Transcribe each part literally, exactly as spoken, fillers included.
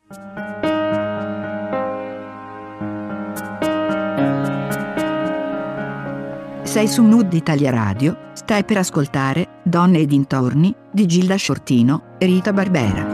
Sei su Mood Italia Radio, stai per ascoltare Donne e dintorni di Gilda Shortino e Rita Barbera.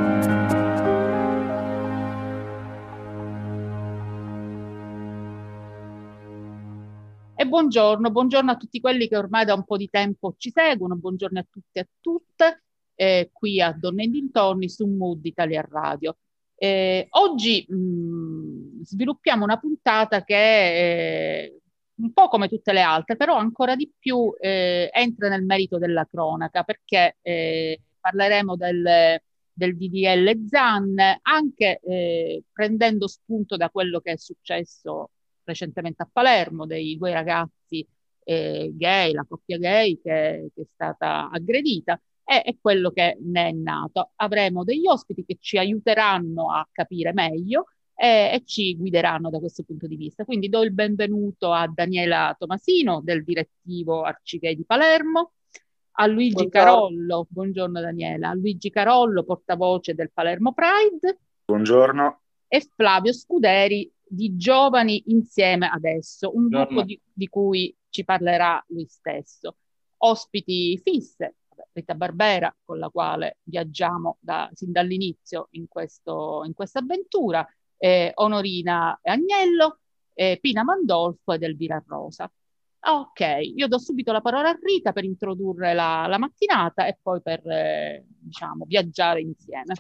E buongiorno, buongiorno a tutti quelli che ormai da un po' di tempo ci seguono, buongiorno a tutti e a tutte, eh, qui a Donne e dintorni su Mood Italia Radio. Eh, oggi mh, sviluppiamo una puntata che è eh, un po' come tutte le altre, però ancora di più eh, entra nel merito della cronaca, perché eh, parleremo del, del D D L Zan, anche eh, prendendo spunto da quello che è successo recentemente a Palermo, dei due ragazzi eh, gay, la coppia gay che, che è stata aggredita, e, e quello che ne è nato. Avremo degli ospiti che ci aiuteranno a capire meglio e, e ci guideranno da questo punto di vista. Quindi do il benvenuto a Daniela Tomasino, del direttivo Arcigay di Palermo, a Luigi Buongiorno. Carollo, buongiorno Daniela, a Luigi Carollo, portavoce del Palermo Pride. Buongiorno. E Flavio Scuderi di Giovani Insieme Adesso, un Buongiorno. gruppo di, di cui ci parlerà lui stesso. Ospiti fisse, Rita Barbera, con la quale viaggiamo da, sin dall'inizio in, questo, in questa avventura, eh, Onorina Agnello, eh, Pina Mandolfo ed Elvira Rosa. Ok, io do subito la parola a Rita per introdurre la, la mattinata e poi per eh, diciamo, viaggiare insieme.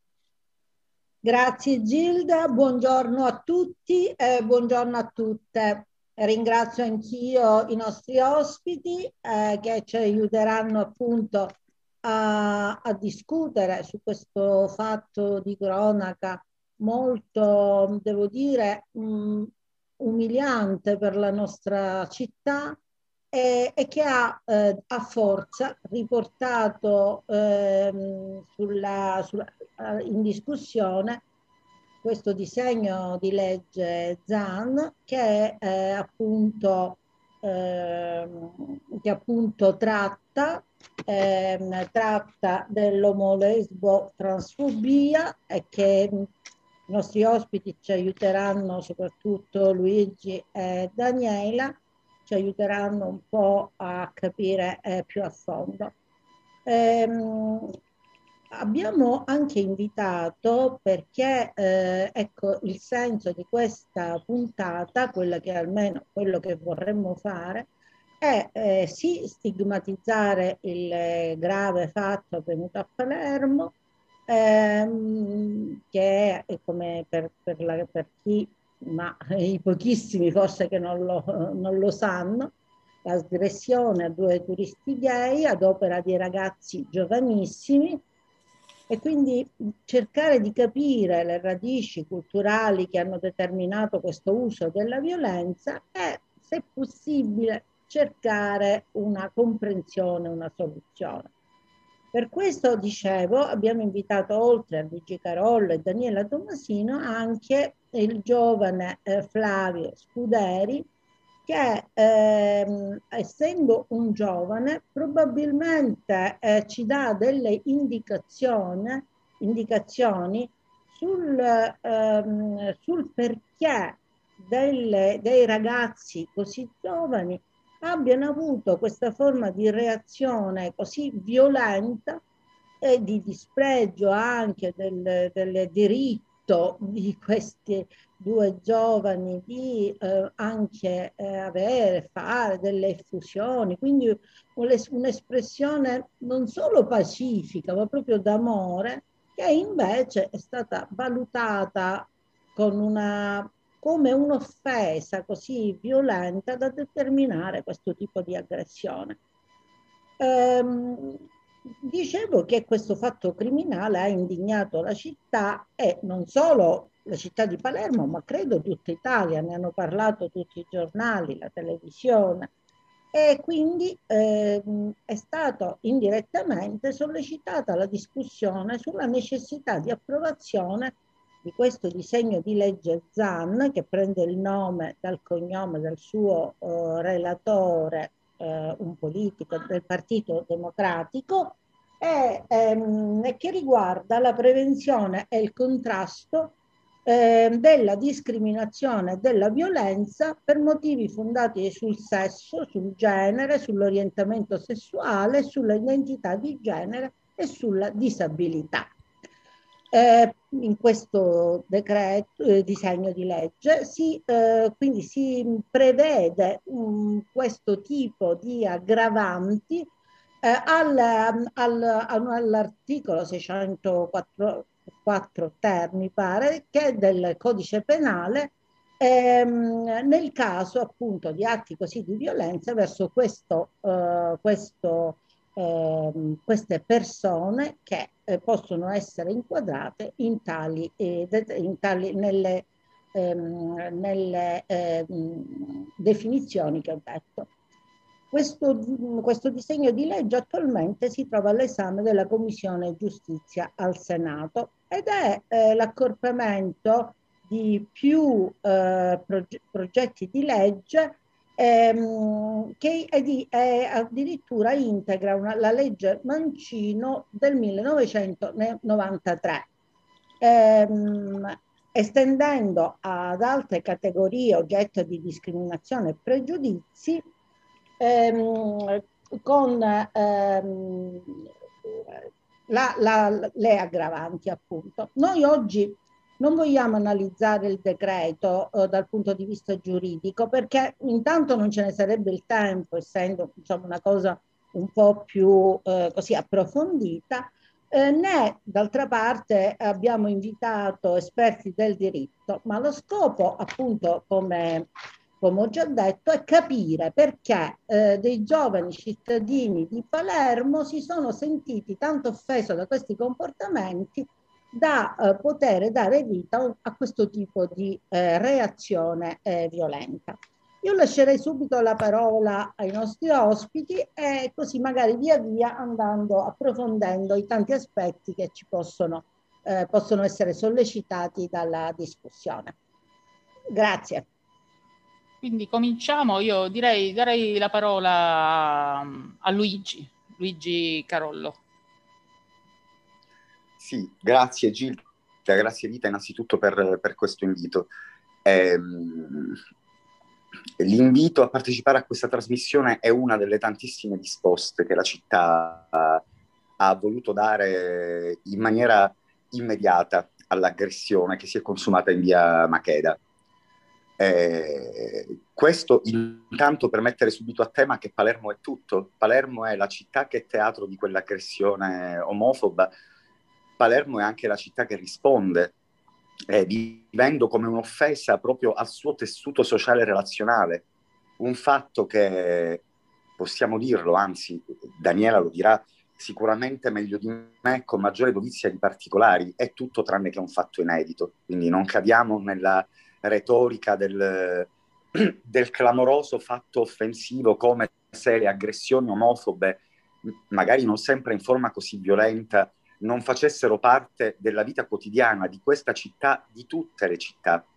Grazie Gilda, buongiorno a tutti e buongiorno a tutte. Ringrazio anch'io i nostri ospiti eh, che ci aiuteranno appunto a, a discutere su questo fatto di cronaca molto, devo dire, mh, umiliante per la nostra città e, e che ha eh, a forza riportato ehm, sulla, sulla, in discussione questo disegno di legge Zan che eh, appunto eh, che appunto tratta eh, tratta dell'omolesbo transfobia e che i nostri ospiti ci aiuteranno, soprattutto Luigi e Daniela, ci aiuteranno un po' a capire eh, più a fondo. Ehm, abbiamo anche invitato, perché eh, ecco il senso di questa puntata, quella che almeno quello che vorremmo fare, è eh, sì stigmatizzare il eh, grave fatto avvenuto a Palermo, ehm, che è come per, per, la, per chi, ma i pochissimi forse che non lo, non lo sanno, l'aggressione a due turisti gay ad opera di ragazzi giovanissimi, e quindi cercare di capire le radici culturali che hanno determinato questo uso della violenza e, se possibile, cercare una comprensione, una soluzione. Per questo, dicevo, abbiamo invitato, oltre a Luigi Carollo e Daniela Tomasino, anche il giovane eh, Flavio Scuderi, che ehm, essendo un giovane probabilmente eh, ci dà delle indicazioni, indicazioni sul, ehm, sul perché delle, dei ragazzi così giovani abbiano avuto questa forma di reazione così violenta e di dispregio anche del, del diritto di questi due giovani di eh, anche eh, avere, fare delle effusioni, quindi un'espressione non solo pacifica ma proprio d'amore, che invece è stata valutata con una, come un'offesa così violenta da determinare questo tipo di aggressione. Ehm, dicevo che questo fatto criminale ha indignato la città, e non solo la città di Palermo, ma credo tutta Italia, ne hanno parlato tutti i giornali, la televisione, e quindi ehm, è stata indirettamente sollecitata la discussione sulla necessità di approvazione di questo disegno di legge Zan, che prende il nome dal cognome del suo eh, relatore, eh, un politico del Partito Democratico, e ehm, che riguarda la prevenzione e il contrasto eh, della discriminazione e della violenza per motivi fondati sul sesso, sul genere, sull'orientamento sessuale, sull'identità di genere e sulla disabilità. Eh, in questo decreto, eh, disegno di legge si, eh, quindi si prevede um, questo tipo di aggravanti eh, al, al, all'articolo seicentoquattro ter, mi pare, che è del codice penale, ehm, nel caso appunto di atti così di violenza verso questo, eh, questo Ehm, queste persone che eh, possono essere inquadrate in tali, eh, in tali nelle, ehm, nelle ehm, definizioni che ho detto. Questo, questo disegno di legge attualmente si trova all'esame della Commissione Giustizia al Senato ed è eh, l'accorpamento di più eh, proge progetti di legge ehm, che è di, è addirittura integra una, la legge Mancino del millenovecentonovantatré, ehm, estendendo ad altre categorie oggetto di discriminazione e pregiudizi ehm, con ehm, la, la, le aggravanti, appunto. Noi oggi non vogliamo analizzare il decreto eh, dal punto di vista giuridico perché intanto non ce ne sarebbe il tempo, essendo insomma una cosa un po' più eh, così approfondita, eh, né d'altra parte abbiamo invitato esperti del diritto, ma lo scopo appunto come come ho già detto, è capire perché eh, dei giovani cittadini di Palermo si sono sentiti tanto offesi da questi comportamenti da eh, poter dare vita a questo tipo di eh, reazione eh, violenta. Io lascerei subito la parola ai nostri ospiti e così magari via via andando approfondendo i tanti aspetti che ci possono, eh, possono essere sollecitati dalla discussione. Grazie. Quindi cominciamo, io direi, darei la parola a, a Luigi, Luigi Carollo. Sì, grazie Gilda, grazie Rita innanzitutto per, per questo invito. Ehm, l'invito a partecipare a questa trasmissione è una delle tantissime risposte che la città ha, ha voluto dare in maniera immediata all'aggressione che si è consumata in via Macheda. Eh, questo intanto per mettere subito a tema che Palermo è tutto. Palermo è la città che è teatro di quell'aggressione omofoba. Palermo è anche la città che risponde, eh, vivendo come un'offesa proprio al suo tessuto sociale e relazionale. Un fatto che, possiamo dirlo, anzi Daniela lo dirà sicuramente meglio di me, con maggiore dovizia di particolari, è tutto tranne che un fatto inedito. Quindi non cadiamo nella retorica del, del clamoroso fatto offensivo, come se le aggressioni omofobe, magari non sempre in forma così violenta, non facessero parte della vita quotidiana di questa città, di tutte le città,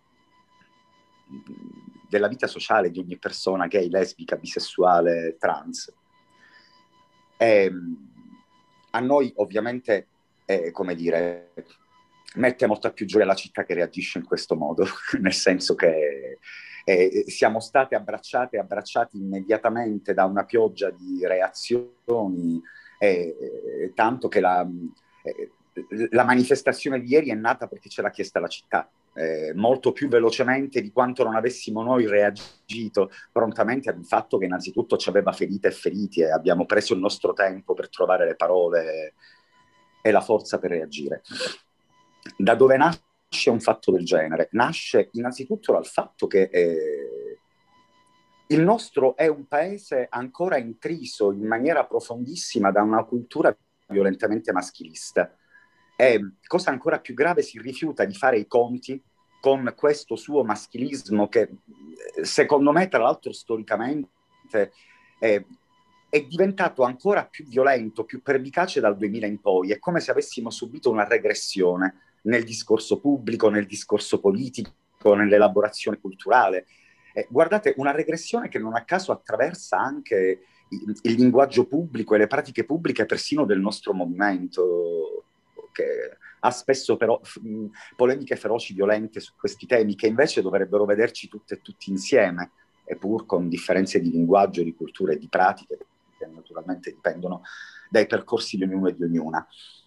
della vita sociale di ogni persona gay, lesbica, bisessuale, trans. E, a noi ovviamente, eh, come dire, mette molta più gioia la città che reagisce in questo modo, nel senso che eh, siamo state abbracciate e abbracciati immediatamente da una pioggia di reazioni, eh, eh, tanto che la, eh, la manifestazione di ieri è nata perché ce l'ha chiesta la città, eh, molto più velocemente di quanto non avessimo noi reagito prontamente ad un fatto che innanzitutto ci aveva ferite e feriti e abbiamo preso il nostro tempo per trovare le parole e la forza per reagire. Da dove nasce un fatto del genere? Nasce innanzitutto dal fatto che eh, il nostro è un paese ancora intriso in maniera profondissima da una cultura violentemente maschilista. E, cosa ancora più grave, si rifiuta di fare i conti con questo suo maschilismo che, secondo me, tra l'altro storicamente eh, è diventato ancora più violento, più pervicace dal duemila in poi. È come se avessimo subito una regressione nel discorso pubblico, nel discorso politico, nell'elaborazione culturale. Eh, guardate, una regressione che non a caso attraversa anche il, il linguaggio pubblico e le pratiche pubbliche persino del nostro movimento che ha spesso però mh, polemiche feroci, violente su questi temi, che invece dovrebbero vederci tutte e tutti insieme, eppur con differenze di linguaggio, di cultura e di pratiche, che naturalmente dipendono dai percorsi di ognuno e di ognuna.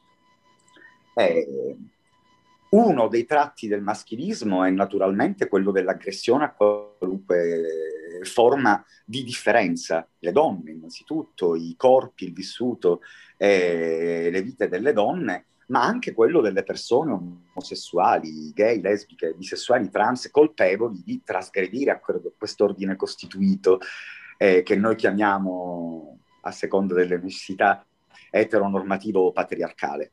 Eh, uno dei tratti del maschilismo è naturalmente quello dell'aggressione a qualunque forma di differenza. Le donne, innanzitutto, i corpi, il vissuto, eh, le vite delle donne, ma anche quello delle persone omosessuali, gay, lesbiche, bisessuali, trans, colpevoli di trasgredire a quest'ordine costituito eh, che noi chiamiamo, a seconda delle necessità, eteronormativo patriarcale.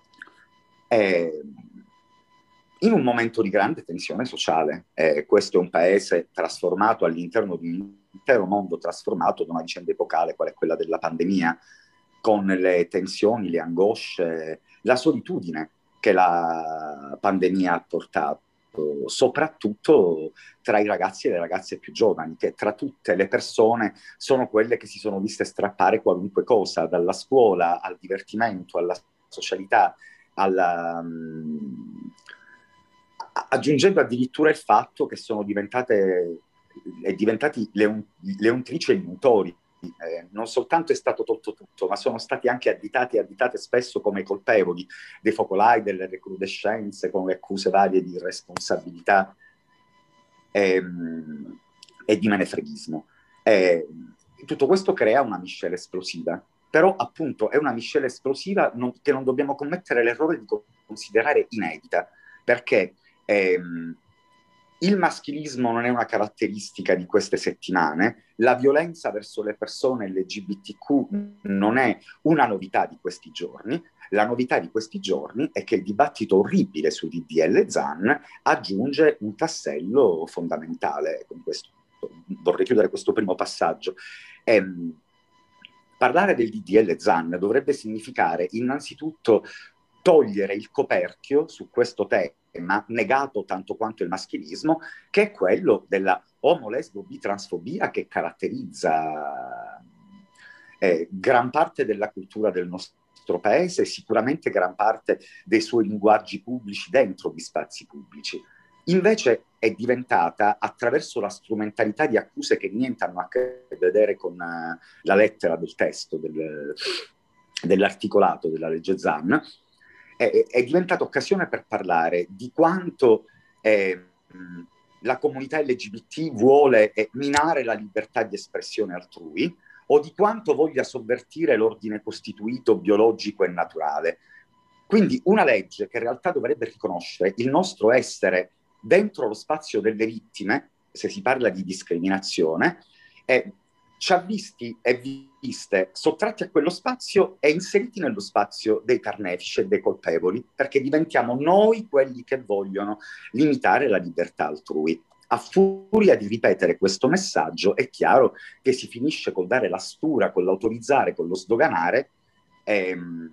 Eh, in un momento di grande tensione sociale. Eh, questo è un paese trasformato all'interno di un intero mondo trasformato da una vicenda epocale, qual è quella della pandemia, con le tensioni, le angosce, la solitudine che la pandemia ha portato, soprattutto tra i ragazzi e le ragazze più giovani, che tra tutte le persone sono quelle che si sono viste strappare qualunque cosa, dalla scuola al divertimento, alla socialità, alla... Um, aggiungendo addirittura il fatto che sono diventate è diventati leon, leontrici e liuntori. Eh, non soltanto è stato tolto tutto, ma sono stati anche additati e additate spesso come colpevoli dei focolai, delle recrudescenze, con le accuse varie di irresponsabilità e, e di menefreghismo. Eh, tutto questo crea una miscela esplosiva, però appunto è una miscela esplosiva non, che non dobbiamo commettere l'errore di considerare inedita, perché ehm, il maschilismo non è una caratteristica di queste settimane, la violenza verso le persone L G B T Q non è una novità di questi giorni. La novità di questi giorni è che il dibattito orribile sul D D L Zan aggiunge un tassello fondamentale. Con questo vorrei chiudere questo primo passaggio. Ehm, parlare del D D L Zan dovrebbe significare innanzitutto togliere il coperchio su questo tema negato tanto quanto il maschilismo, che è quello della omo-lesbo-bi-transfobia che caratterizza eh, gran parte della cultura del nostro paese e sicuramente gran parte dei suoi linguaggi pubblici dentro gli spazi pubblici. Invece è diventata, attraverso la strumentalità di accuse che niente hanno a che vedere con uh, la lettera del testo del, dell'articolato della legge Zan, è, è diventata occasione per parlare di quanto eh, la comunità L G B T vuole eh, minare la libertà di espressione altrui, o di quanto voglia sovvertire l'ordine costituito, biologico e naturale. Quindi una legge che in realtà dovrebbe riconoscere il nostro essere dentro lo spazio delle vittime, se si parla di discriminazione, eh, ci ha visti e viste sottratti a quello spazio e inseriti nello spazio dei carnefici e dei colpevoli, perché diventiamo noi quelli che vogliono limitare la libertà altrui. A furia di ripetere questo messaggio è chiaro che si finisce col dare la stura, con l'autorizzare, con lo sdoganare ehm,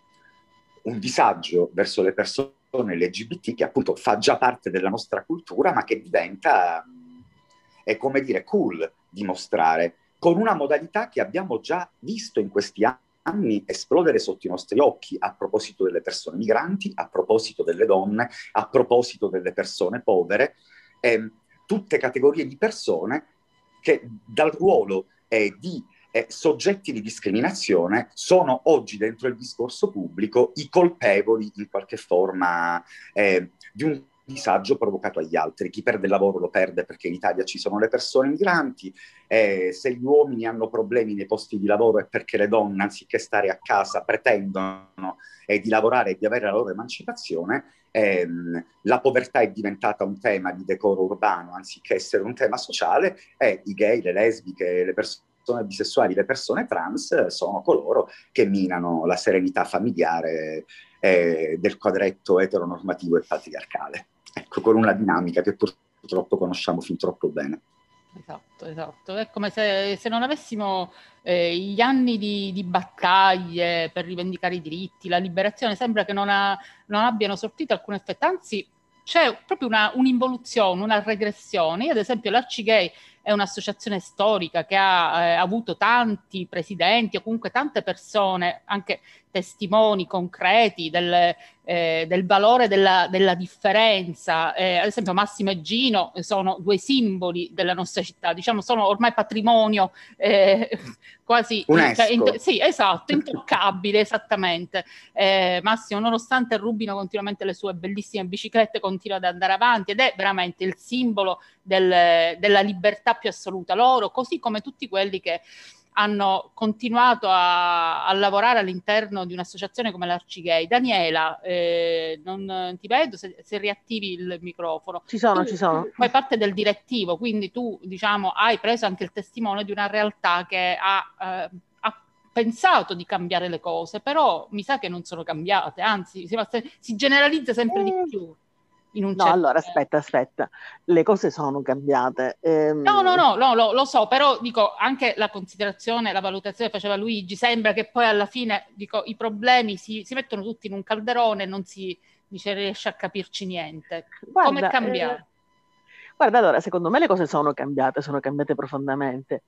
un disagio verso le persone L G B T che appunto fa già parte della nostra cultura, ma che diventa, è come dire, cool dimostrare, con una modalità che abbiamo già visto in questi anni esplodere sotto i nostri occhi, a proposito delle persone migranti, a proposito delle donne, a proposito delle persone povere, eh, tutte categorie di persone che dal ruolo eh, di eh, soggetti di discriminazione sono oggi dentro il discorso pubblico i colpevoli in qualche forma eh, di un disagio provocato agli altri. Chi perde il lavoro lo perde perché in Italia ci sono le persone migranti, eh, se gli uomini hanno problemi nei posti di lavoro è perché le donne, anziché stare a casa, pretendono eh, di lavorare e di avere la loro emancipazione. Ehm, la povertà è diventata un tema di decoro urbano anziché essere un tema sociale, e i gay, le lesbiche, le persone bisessuali, le persone trans sono coloro che minano la serenità familiare eh, del quadretto eteronormativo e patriarcale. Ecco, con una dinamica che purtroppo conosciamo fin troppo bene. Esatto, esatto. È come se, se non avessimo eh, gli anni di, di battaglie per rivendicare i diritti, la liberazione, sembra che non, ha, non abbiano sortito alcun effetto, anzi c'è proprio una, un'involuzione, una regressione. Io ad esempio l'Arcigay è un'associazione storica che ha eh, avuto tanti presidenti o comunque tante persone, anche testimoni concreti del, eh, del valore della, della differenza. Eh, ad esempio Massimo e Gino sono due simboli della nostra città, diciamo sono ormai patrimonio eh, quasi UNESCO. Cioè, in, sì, esatto, intoccabile, esattamente. Eh, Massimo, nonostante rubino continuamente le sue bellissime biciclette, continua ad andare avanti ed è veramente il simbolo del, della libertà più assoluta. Loro, così come tutti quelli che hanno continuato a, a lavorare all'interno di un'associazione come l'Arcigay. Daniela, eh, non ti vedo se, se riattivi il microfono. Ci sono, tu, ci sono. Fai parte del direttivo, quindi tu, diciamo, hai preso anche il testimone di una realtà che ha, eh, ha pensato di cambiare le cose, però mi sa che non sono cambiate, anzi si, si generalizza sempre di più. In un no, certo allora tempo. aspetta, aspetta, le cose sono cambiate. Ehm... No, no, no, no lo, lo so, però dico anche la considerazione, la valutazione che faceva Luigi, sembra che poi alla fine dico, i problemi si, si mettono tutti in un calderone e non si, non si riesce a capirci niente. Come è cambiato? Eh... Guarda, allora, secondo me le cose sono cambiate, sono cambiate profondamente.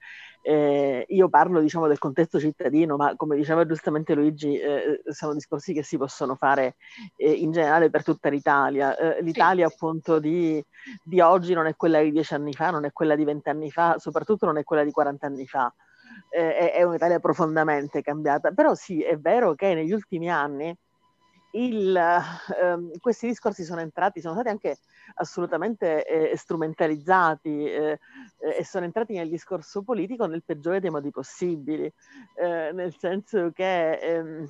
Eh, io parlo, diciamo, del contesto cittadino, ma come diceva giustamente Luigi, eh, sono discorsi che si possono fare eh, in generale per tutta l'Italia. Eh, L'Italia, sì, appunto, di, di oggi non è quella di dieci anni fa, non è quella di vent'anni fa, soprattutto non è quella di quarant'anni fa. Eh, è, è un'Italia profondamente cambiata. Però sì, è vero che negli ultimi anni Il, ehm, questi discorsi sono entrati, sono stati anche assolutamente eh, strumentalizzati eh, eh, e sono entrati nel discorso politico nel peggiore dei modi possibili, eh, nel senso che, ehm,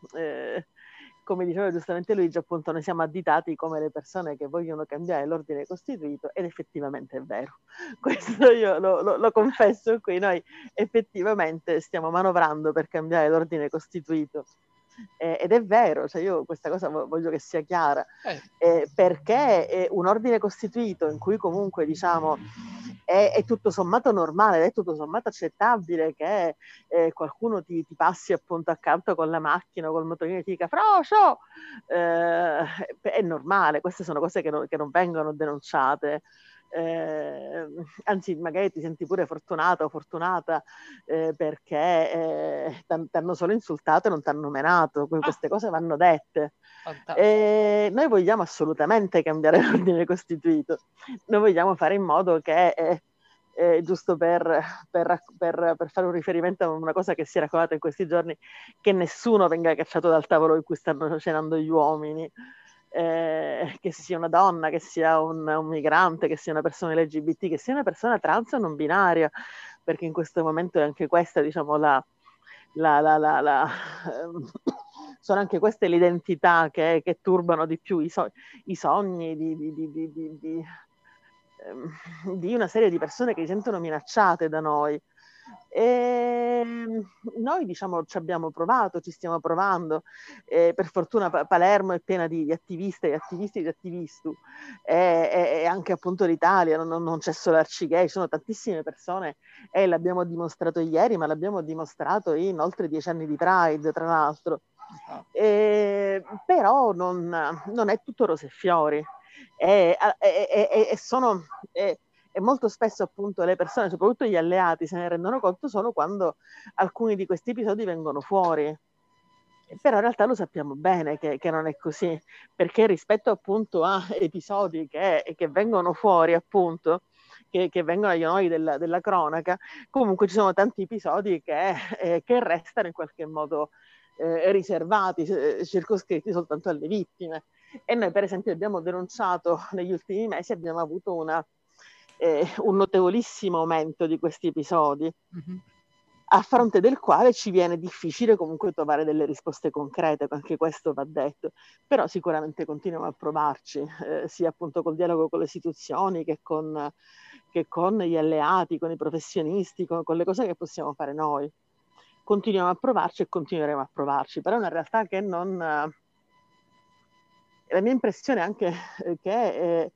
eh, come diceva giustamente Luigi, appunto noi siamo additati come le persone che vogliono cambiare l'ordine costituito ed effettivamente è vero. Questo io lo, lo, lo confesso qui, noi effettivamente stiamo manovrando per cambiare l'ordine costituito. Eh, ed è vero, cioè io questa cosa voglio che sia chiara, eh, perché è un ordine costituito in cui comunque diciamo è, è tutto sommato normale, è tutto sommato accettabile che eh, qualcuno ti, ti passi appunto accanto con la macchina o col motorino e ti dica Frocio, eh, è normale, queste sono cose che non, che non vengono denunciate. Eh, anzi magari ti senti pure fortunata o fortunata eh, perché eh, ti hanno solo insultato e non ti hanno menato, queste cose vanno dette. Eh, noi vogliamo assolutamente cambiare l'ordine costituito, noi vogliamo fare in modo che eh, eh, giusto per, per, per, per fare un riferimento a una cosa che si è raccontata in questi giorni, che nessuno venga cacciato dal tavolo in cui stanno cenando gli uomini. Eh, che sia una donna, che sia un, un migrante, che sia una persona L G B T, che sia una persona trans o non binaria, perché in questo momento è anche questa, diciamo, la, la, la, la, la ehm, sono anche queste le identità che, che turbano di più i, so, i sogni di, di, di, di, di, di, ehm, di una serie di persone che si sentono minacciate da noi. E noi diciamo ci abbiamo provato, ci stiamo provando, eh, per fortuna Palermo è piena di, di attiviste e attivisti e di attivisti e, e, e anche appunto l'Italia, non, non c'è solo Arcigay, ci sono tantissime persone e l'abbiamo dimostrato ieri, ma l'abbiamo dimostrato in oltre dieci anni di Pride tra l'altro. E, però non, non è tutto rose e fiori e, e, e, e sono e, e molto spesso appunto le persone, soprattutto gli alleati, se ne rendono conto solo quando alcuni di questi episodi vengono fuori. Però in realtà lo sappiamo bene che, che non è così, perché rispetto appunto a episodi che, che vengono fuori appunto, che, che vengono agli onori della, della cronaca, comunque ci sono tanti episodi che, eh, che restano in qualche modo eh, riservati, eh, circoscritti soltanto alle vittime. E noi per esempio abbiamo denunciato negli ultimi mesi, abbiamo avuto una Eh, un notevolissimo aumento di questi episodi, mm-hmm. a fronte del quale ci viene difficile comunque trovare delle risposte concrete, anche questo va detto, però sicuramente continuiamo a provarci, eh, sia appunto col dialogo con le istituzioni che con, che con gli alleati, con i professionisti, con, con le cose che possiamo fare noi. Continuiamo a provarci e continueremo a provarci, però è una realtà che non... Eh, la mia impressione è anche eh, che... Eh,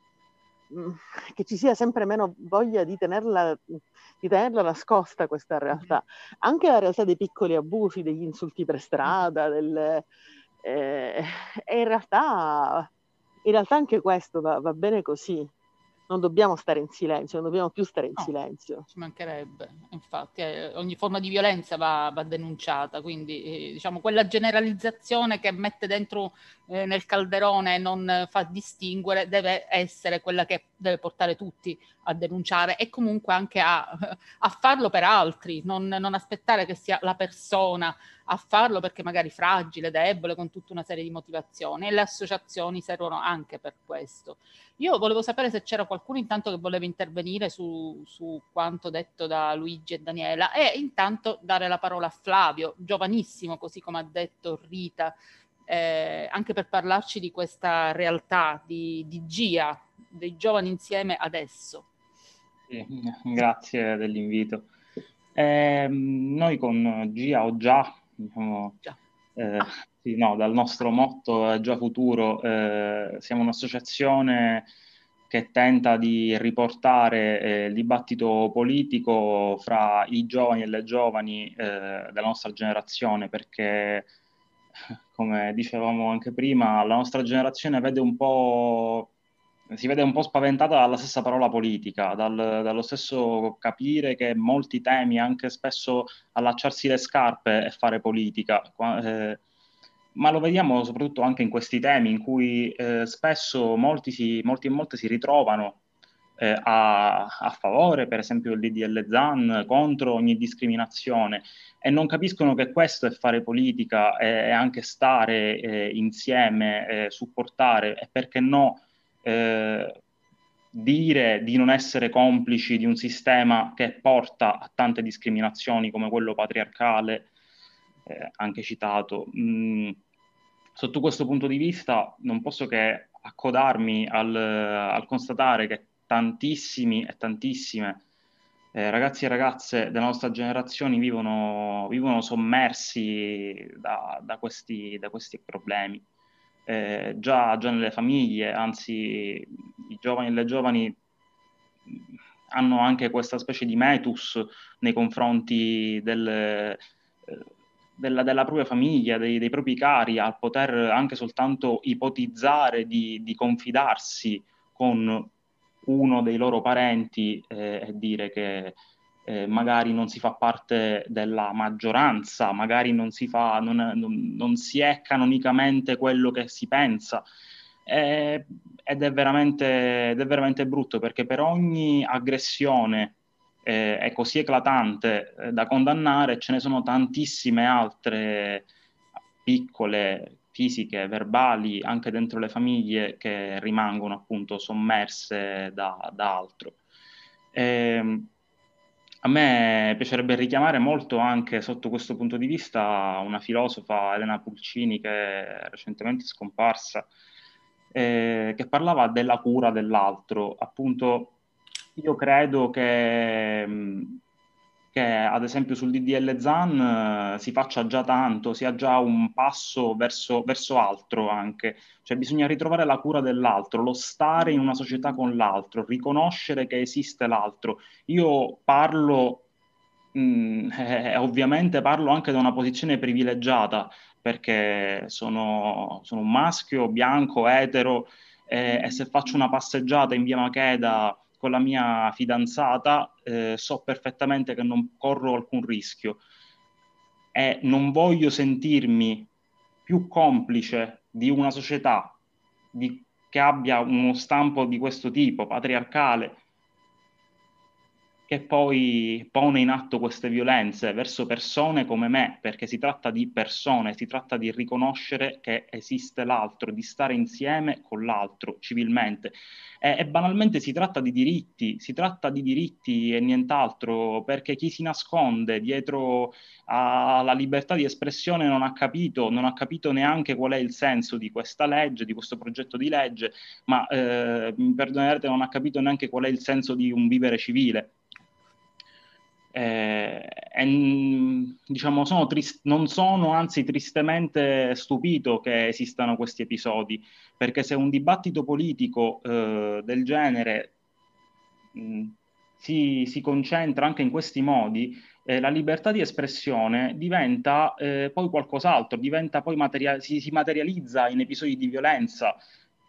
che ci sia sempre meno voglia di tenerla, di tenerla nascosta questa realtà, anche la realtà dei piccoli abusi, degli insulti per strada, del, eh, e in realtà, in realtà anche questo va, va bene così, non dobbiamo stare in silenzio, non dobbiamo più stare in No, silenzio. ci mancherebbe, infatti eh, ogni forma di violenza va, va denunciata, quindi eh, diciamo quella generalizzazione che mette dentro eh, nel calderone e non eh, fa distinguere deve essere quella che deve portare tutti a denunciare e comunque anche a, a farlo per altri, non, non aspettare che sia la persona a farlo perché magari fragile, debole, con tutta una serie di motivazioni, e le associazioni servono anche per questo. Io volevo sapere se c'era qualcuno intanto che voleva intervenire su, su quanto detto da Luigi e Daniela, e intanto dare la parola a Flavio, giovanissimo, così come ha detto Rita, eh, anche per parlarci di questa realtà di, di GIA, dei giovani insieme adesso. Sì, grazie dell'invito. Eh, noi con GIA o già, diciamo, Già. eh, sì, no, dal nostro motto è Già Futuro, eh, siamo un'associazione che tenta di riportare eh, il dibattito politico fra i giovani e le giovani eh, della nostra generazione, perché, come dicevamo anche prima, la nostra generazione vede un po', si vede un po' spaventata dalla stessa parola politica, dal, dallo stesso capire che molti temi, anche spesso allacciarsi le scarpe e fare politica, eh, ma lo vediamo soprattutto anche in questi temi in cui eh, spesso molti, si, molti e molte si ritrovano eh, a, a favore, per esempio, del D D L Zan, contro ogni discriminazione, e non capiscono che questo è fare politica e anche stare eh, insieme, eh, supportare e perché no eh, dire di non essere complici di un sistema che porta a tante discriminazioni come quello patriarcale, eh, anche citato. Mm, sotto questo punto di vista non posso che accodarmi al, al constatare che tantissimi e tantissime eh, ragazzi e ragazze della nostra generazione vivono, vivono sommersi da, da, questi, da questi problemi. Eh, già, già nelle famiglie, anzi i giovani e le giovani hanno anche questa specie di metus nei confronti del, eh, della, della propria famiglia, dei, dei propri cari, al poter anche soltanto ipotizzare di, di confidarsi con uno dei loro parenti eh, e dire che eh, magari non si fa parte della maggioranza, magari non si fa, non, non, non si è canonicamente quello che si pensa. Eh, ed è veramente, ed è veramente brutto, perché per ogni aggressione eh, è così eclatante eh, da condannare, ce ne sono tantissime altre piccole, fisiche, verbali, anche dentro le famiglie, che rimangono appunto sommerse da, da altro. Eh, a me piacerebbe richiamare molto anche sotto questo punto di vista una filosofa, Elena Pulcini, che è recentemente scomparsa, eh, che parlava della cura dell'altro. Appunto, io credo che, mh, che ad esempio sul D D L Zan eh, si faccia già tanto, sia già un passo verso, verso altro anche. Cioè bisogna ritrovare la cura dell'altro, lo stare in una società con l'altro, riconoscere che esiste l'altro. Io parlo, mh, eh, ovviamente parlo anche da una posizione privilegiata, perché sono, sono un maschio, bianco, etero, eh, e se faccio una passeggiata in via Macheda con la mia fidanzata, eh, so perfettamente che non corro alcun rischio e non voglio sentirmi più complice di una società di, che abbia uno stampo di questo tipo, patriarcale, che poi pone in atto queste violenze verso persone come me, perché si tratta di persone, si tratta di riconoscere che esiste l'altro, di stare insieme con l'altro civilmente. E, e banalmente si tratta di diritti, si tratta di diritti e nient'altro, perché chi si nasconde dietro alla libertà di espressione non ha capito, non ha capito neanche qual è il senso di questa legge, di questo progetto di legge, ma eh, mi perdonerete, non ha capito neanche qual è il senso di un vivere civile. Eh, e, diciamo, sono trist- non sono anzi tristemente stupito che esistano questi episodi, perché se un dibattito politico eh, del genere mh, si, si concentra anche in questi modi, eh, la libertà di espressione diventa eh, poi qualcos'altro, diventa poi materia- si, si materializza in episodi di violenza.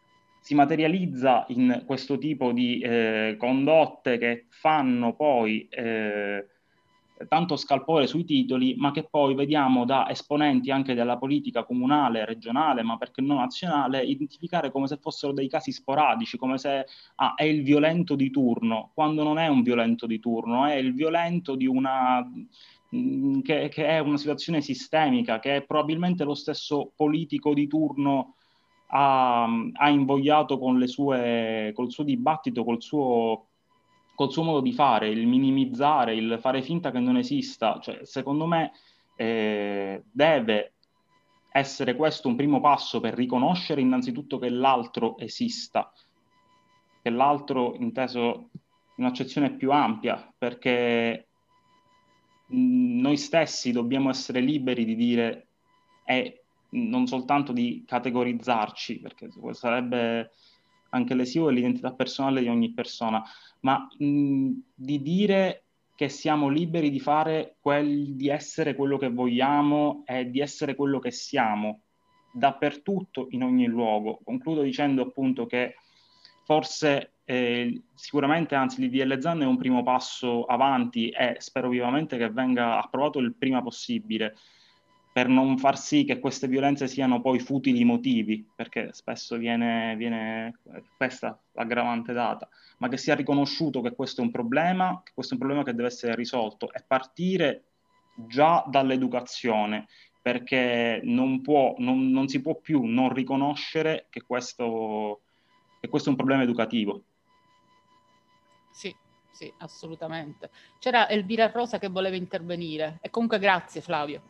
si materializza in questo tipo di eh, condotte che fanno poi eh, tanto scalpore sui titoli, ma che poi vediamo da esponenti anche della politica comunale, regionale, ma perché non nazionale, identificare come se fossero dei casi sporadici, come se ah, è il violento di turno, quando non è un violento di turno, è il violento di una... Che, che è una situazione sistemica, che probabilmente lo stesso politico di turno ha, ha invogliato con le sue, col suo dibattito, col suo, col suo modo di fare, il minimizzare, il fare finta che non esista. Cioè, secondo me eh, deve essere questo un primo passo per riconoscere innanzitutto che l'altro esista, che l'altro inteso in un'accezione più ampia, perché mh, noi stessi dobbiamo essere liberi di dire e non soltanto di categorizzarci, perché sarebbe anche lesivo dell'identità personale di ogni persona, ma mh, di dire che siamo liberi di fare quel, di essere quello che vogliamo e di essere quello che siamo dappertutto, in ogni luogo. Concludo dicendo appunto che forse eh, sicuramente, anzi, l'I D L Zan è un primo passo avanti e spero vivamente che venga approvato il prima possibile, per non far sì che queste violenze siano poi futili motivi, perché spesso viene, viene questa l'aggravante data, ma che sia riconosciuto che questo è un problema, che questo è un problema che deve essere risolto e partire già dall'educazione, perché non, può, non, non si può più non riconoscere che questo, che questo è un problema educativo. Sì, sì, assolutamente. C'era Elvira Rosa che voleva intervenire e comunque grazie Flavio.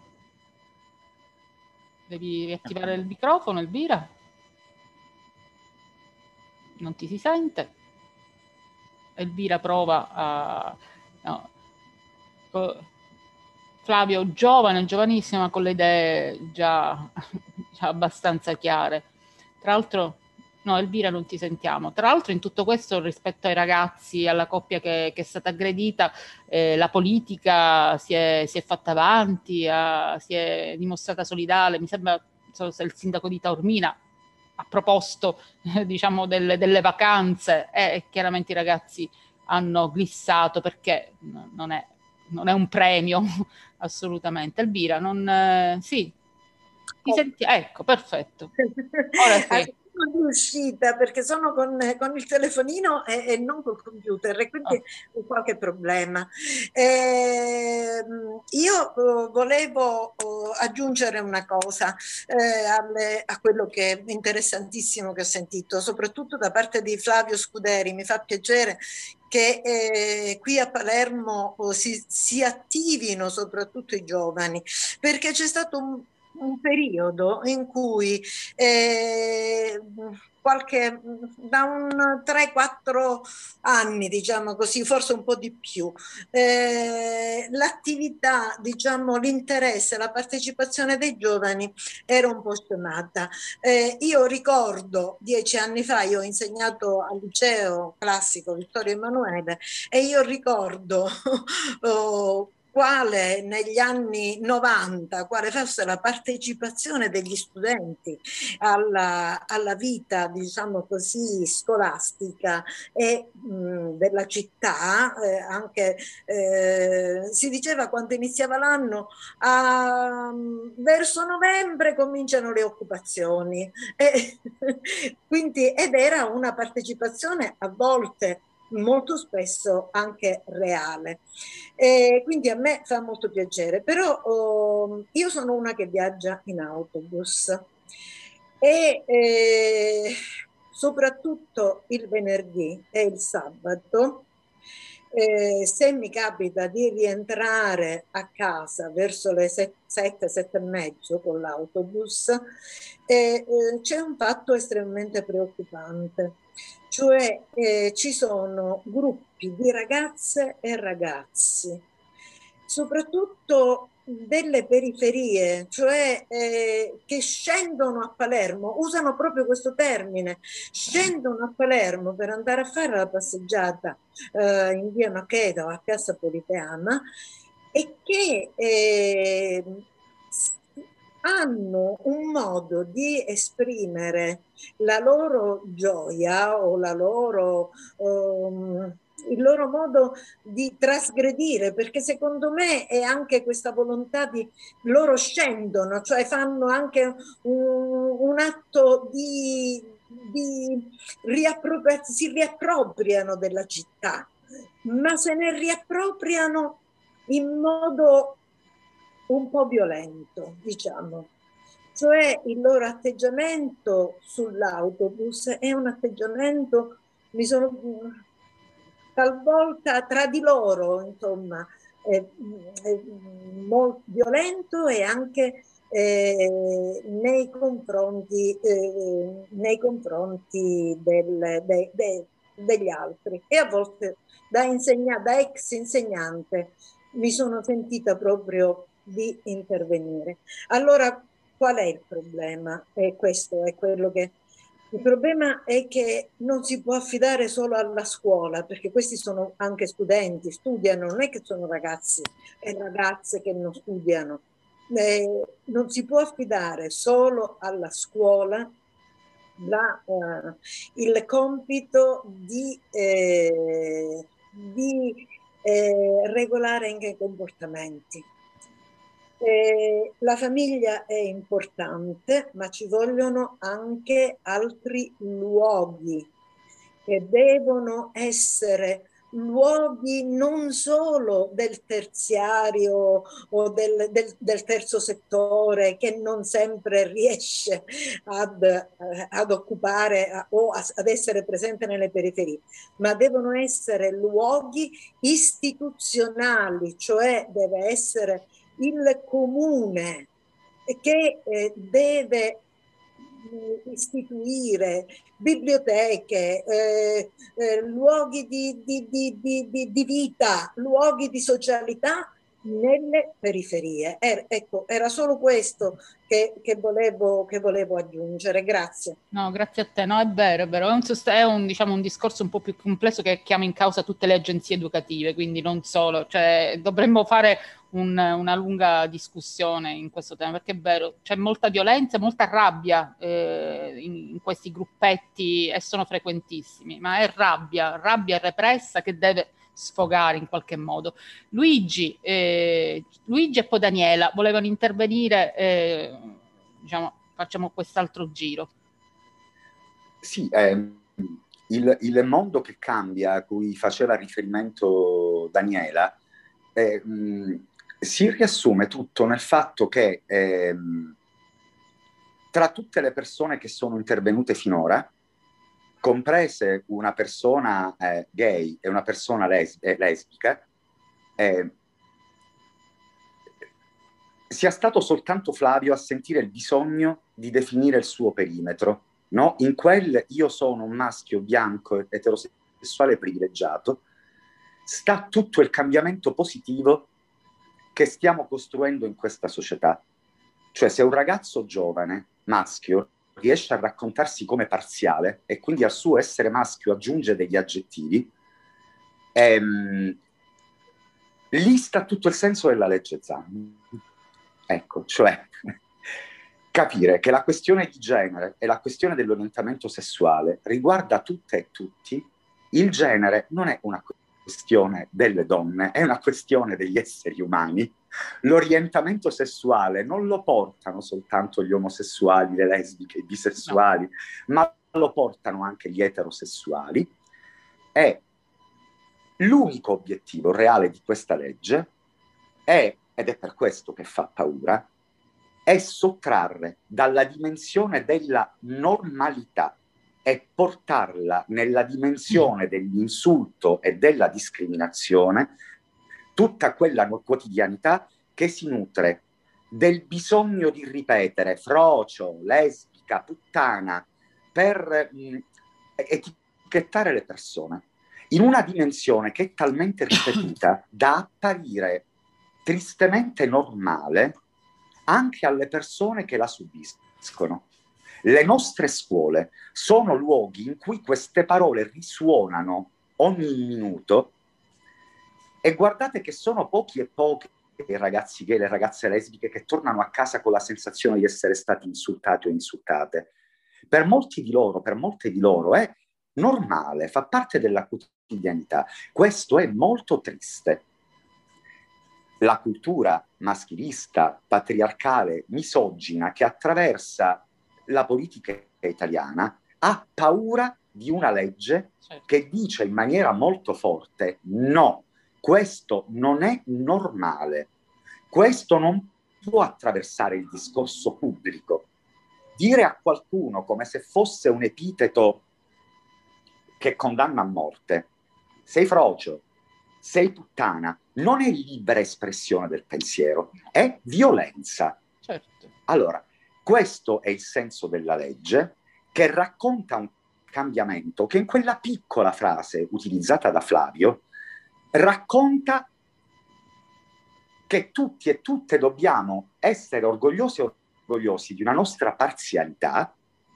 Devi riattivare il microfono, Elvira. Non ti si sente. Elvira prova a... No. Flavio, giovane, giovanissima, ma con le idee già, già abbastanza chiare. Tra l'altro, no, Elvira non ti sentiamo. Tra l'altro in tutto questo, rispetto ai ragazzi, alla coppia che, che è stata aggredita, eh, la politica si è, si è fatta avanti, ha, si è dimostrata solidale. Mi sembra, non so se il sindaco di Taormina ha proposto, eh, diciamo, delle, delle vacanze e chiaramente i ragazzi hanno glissato perché non è, non è un premio, assolutamente. Elvira, non... Eh, sì, ti senti... Ecco, perfetto. Ora sì. Sono riuscita perché sono con, con il telefonino e, e non col computer e quindi oh. ho qualche problema. Eh, io oh, volevo oh, aggiungere una cosa eh, alle, a quello che è interessantissimo che ho sentito, soprattutto da parte di Flavio Scuderi. Mi fa piacere che eh, qui a Palermo oh, si, si attivino soprattutto i giovani, perché c'è stato un un periodo in cui eh, qualche da un tre quattro anni, diciamo così, forse un po' di più, eh, l'attività, diciamo, l'interesse, la partecipazione dei giovani era un po' scemata. Eh, io ricordo dieci anni fa, io ho insegnato al liceo classico Vittorio Emanuele e io ricordo oh, quale negli anni novanta, quale fosse la partecipazione degli studenti alla, alla vita, diciamo così, scolastica e mh, della città, eh, anche eh, si diceva quando iniziava l'anno, a, verso novembre cominciano le occupazioni, e, quindi, ed era una partecipazione a volte molto spesso anche reale. E quindi a me fa molto piacere, però oh, io sono una che viaggia in autobus e eh, soprattutto il venerdì e il sabato, eh, se mi capita di rientrare a casa verso le sette, sette e mezzo con l'autobus, eh, eh, c'è un fatto estremamente preoccupante. Cioè eh, ci sono gruppi di ragazze e ragazzi, soprattutto delle periferie, cioè eh, che scendono a Palermo, usano proprio questo termine, scendono a Palermo per andare a fare la passeggiata eh, in via Macheda o a Piazza Politeama e che eh, hanno un modo di esprimere la loro gioia o la loro, um, il loro modo di trasgredire, perché secondo me è anche questa volontà di loro scendono, cioè fanno anche un, un atto di, di riappropri- si riappropriano della città, ma se ne riappropriano in modo un po' violento, diciamo. Cioè il loro atteggiamento sull'autobus è un atteggiamento, mi sono talvolta tra di loro, insomma, è, è molto violento e anche eh, nei confronti, eh, nei confronti del, de, de, degli altri. E a volte da, insegna, da ex insegnante mi sono sentita proprio di intervenire. Allora, qual è il problema? E questo è quello che... Il problema è che non si può affidare solo alla scuola, perché questi sono anche studenti, studiano, non è che sono ragazzi e ragazze che non studiano. Eh, non si può affidare solo alla scuola la, uh, il compito di, eh, di eh, regolare anche i comportamenti. Eh, la famiglia è importante, ma ci vogliono anche altri luoghi che devono essere luoghi non solo del terziario o del, del, del terzo settore che non sempre riesce ad, eh, ad occupare o a, ad essere presente nelle periferie, ma devono essere luoghi istituzionali, cioè deve essere il comune che eh, deve istituire biblioteche, eh, eh, luoghi di, di, di, di, di vita, luoghi di socialità nelle periferie. Er, ecco, era solo questo che, che, volevo, che volevo aggiungere. Grazie. No, grazie a te. No, è vero, è vero. È un, è un, diciamo, un discorso un po' più complesso che chiama in causa tutte le agenzie educative, quindi non solo. Cioè, dovremmo fare un, una lunga discussione in questo tema, perché è vero, c'è molta violenza, molta rabbia eh, in, in questi gruppetti e sono frequentissimi, ma è rabbia, rabbia repressa che deve sfogare in qualche modo. Luigi, eh, Luigi e poi Daniela volevano intervenire, eh, diciamo, facciamo quest'altro giro. Sì, eh, il, il mondo che cambia a cui faceva riferimento Daniela eh, mh, si riassume tutto nel fatto che eh, tra tutte le persone che sono intervenute finora, comprese una persona eh, gay e una persona les- eh, lesbica, eh, sia stato soltanto Flavio a sentire il bisogno di definire il suo perimetro, no? In quel io sono un maschio bianco eterosessuale privilegiato, sta tutto il cambiamento positivo che stiamo costruendo in questa società. Cioè, se un ragazzo giovane, maschio, riesce a raccontarsi come parziale e quindi al suo essere maschio aggiunge degli aggettivi, ehm, lì sta tutto il senso della legge Zan. Ecco, cioè capire che la questione di genere e la questione dell'orientamento sessuale riguarda tutte e tutti. Il genere non è una questione delle donne, è una questione degli esseri umani. L'orientamento sessuale non lo portano soltanto gli omosessuali, le lesbiche, i bisessuali, no, ma lo portano anche gli eterosessuali. E l'unico obiettivo reale di questa legge è, ed è per questo che fa paura, è sottrarre dalla dimensione della normalità e portarla nella dimensione dell'insulto e della discriminazione tutta quella quotidianità che si nutre del bisogno di ripetere frocio, lesbica, puttana, per mh, etichettare le persone in una dimensione che è talmente ripetuta da apparire tristemente normale anche alle persone che la subiscono. Le nostre scuole sono luoghi in cui queste parole risuonano ogni minuto e guardate che sono pochi e pochi i ragazzi gay e le ragazze lesbiche che tornano a casa con la sensazione di essere stati insultati o insultate. Per molti di loro, per molte di loro è normale, fa parte della quotidianità. Questo è molto triste. La cultura maschilista, patriarcale, misogina che attraversa la politica italiana ha paura di una legge che dice in maniera molto forte: no, questo non è normale, questo non può attraversare il discorso pubblico. Dire a qualcuno come se fosse un epiteto che condanna a morte, sei frocio, sei puttana, non è libera espressione del pensiero, è violenza. Certo. Allora, questo è il senso della legge, che racconta un cambiamento che in quella piccola frase utilizzata da Flavio racconta che tutti e tutte dobbiamo essere orgogliosi e orgogliosi di una nostra parzialità,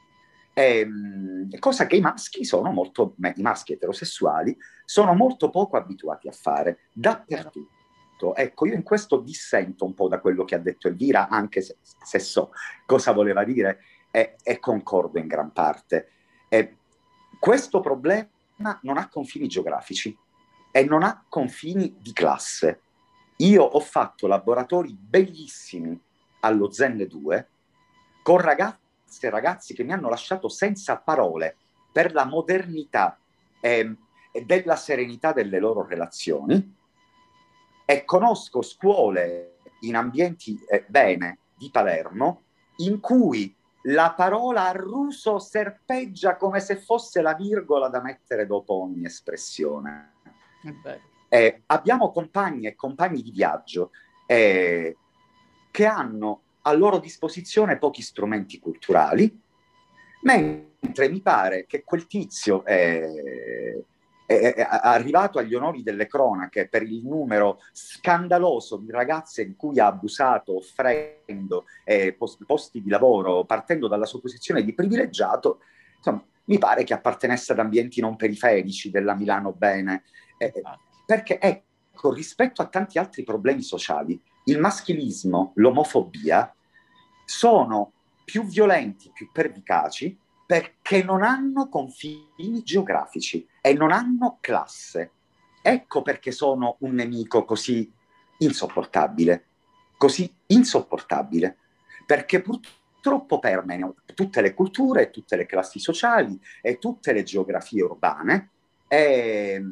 ehm, cosa che i maschi sono molto, i maschi eterosessuali sono molto poco abituati a fare dappertutto. Ecco, io in questo dissento un po' da quello che ha detto Elvira, anche se, se so cosa voleva dire, e, e concordo in gran parte. E questo problema non ha confini geografici e non ha confini di classe. Io ho fatto laboratori bellissimi allo Zen due con ragazze e ragazzi che mi hanno lasciato senza parole per la modernità e, e della serenità delle loro relazioni, e conosco scuole in ambienti eh, bene di Palermo in cui la parola arruso serpeggia come se fosse la virgola da mettere dopo ogni espressione. Eh, abbiamo compagni e compagni di viaggio eh, che hanno a loro disposizione pochi strumenti culturali, mentre mi pare che quel tizio eh, è, è arrivato agli onori delle cronache per il numero scandaloso di ragazze di cui ha abusato, offrendo eh, post- posti di lavoro, partendo dalla sua posizione di privilegiato. Insomma, mi pare che appartenesse ad ambienti non periferici della Milano bene, eh, perché ecco, rispetto a tanti altri problemi sociali, il maschilismo, l'omofobia sono più violenti, più pervicaci, perché non hanno confini geografici e non hanno classe. Ecco perché sono un nemico così insopportabile, così insopportabile, perché purtroppo permeano tutte le culture, tutte le classi sociali e tutte le geografie urbane, e,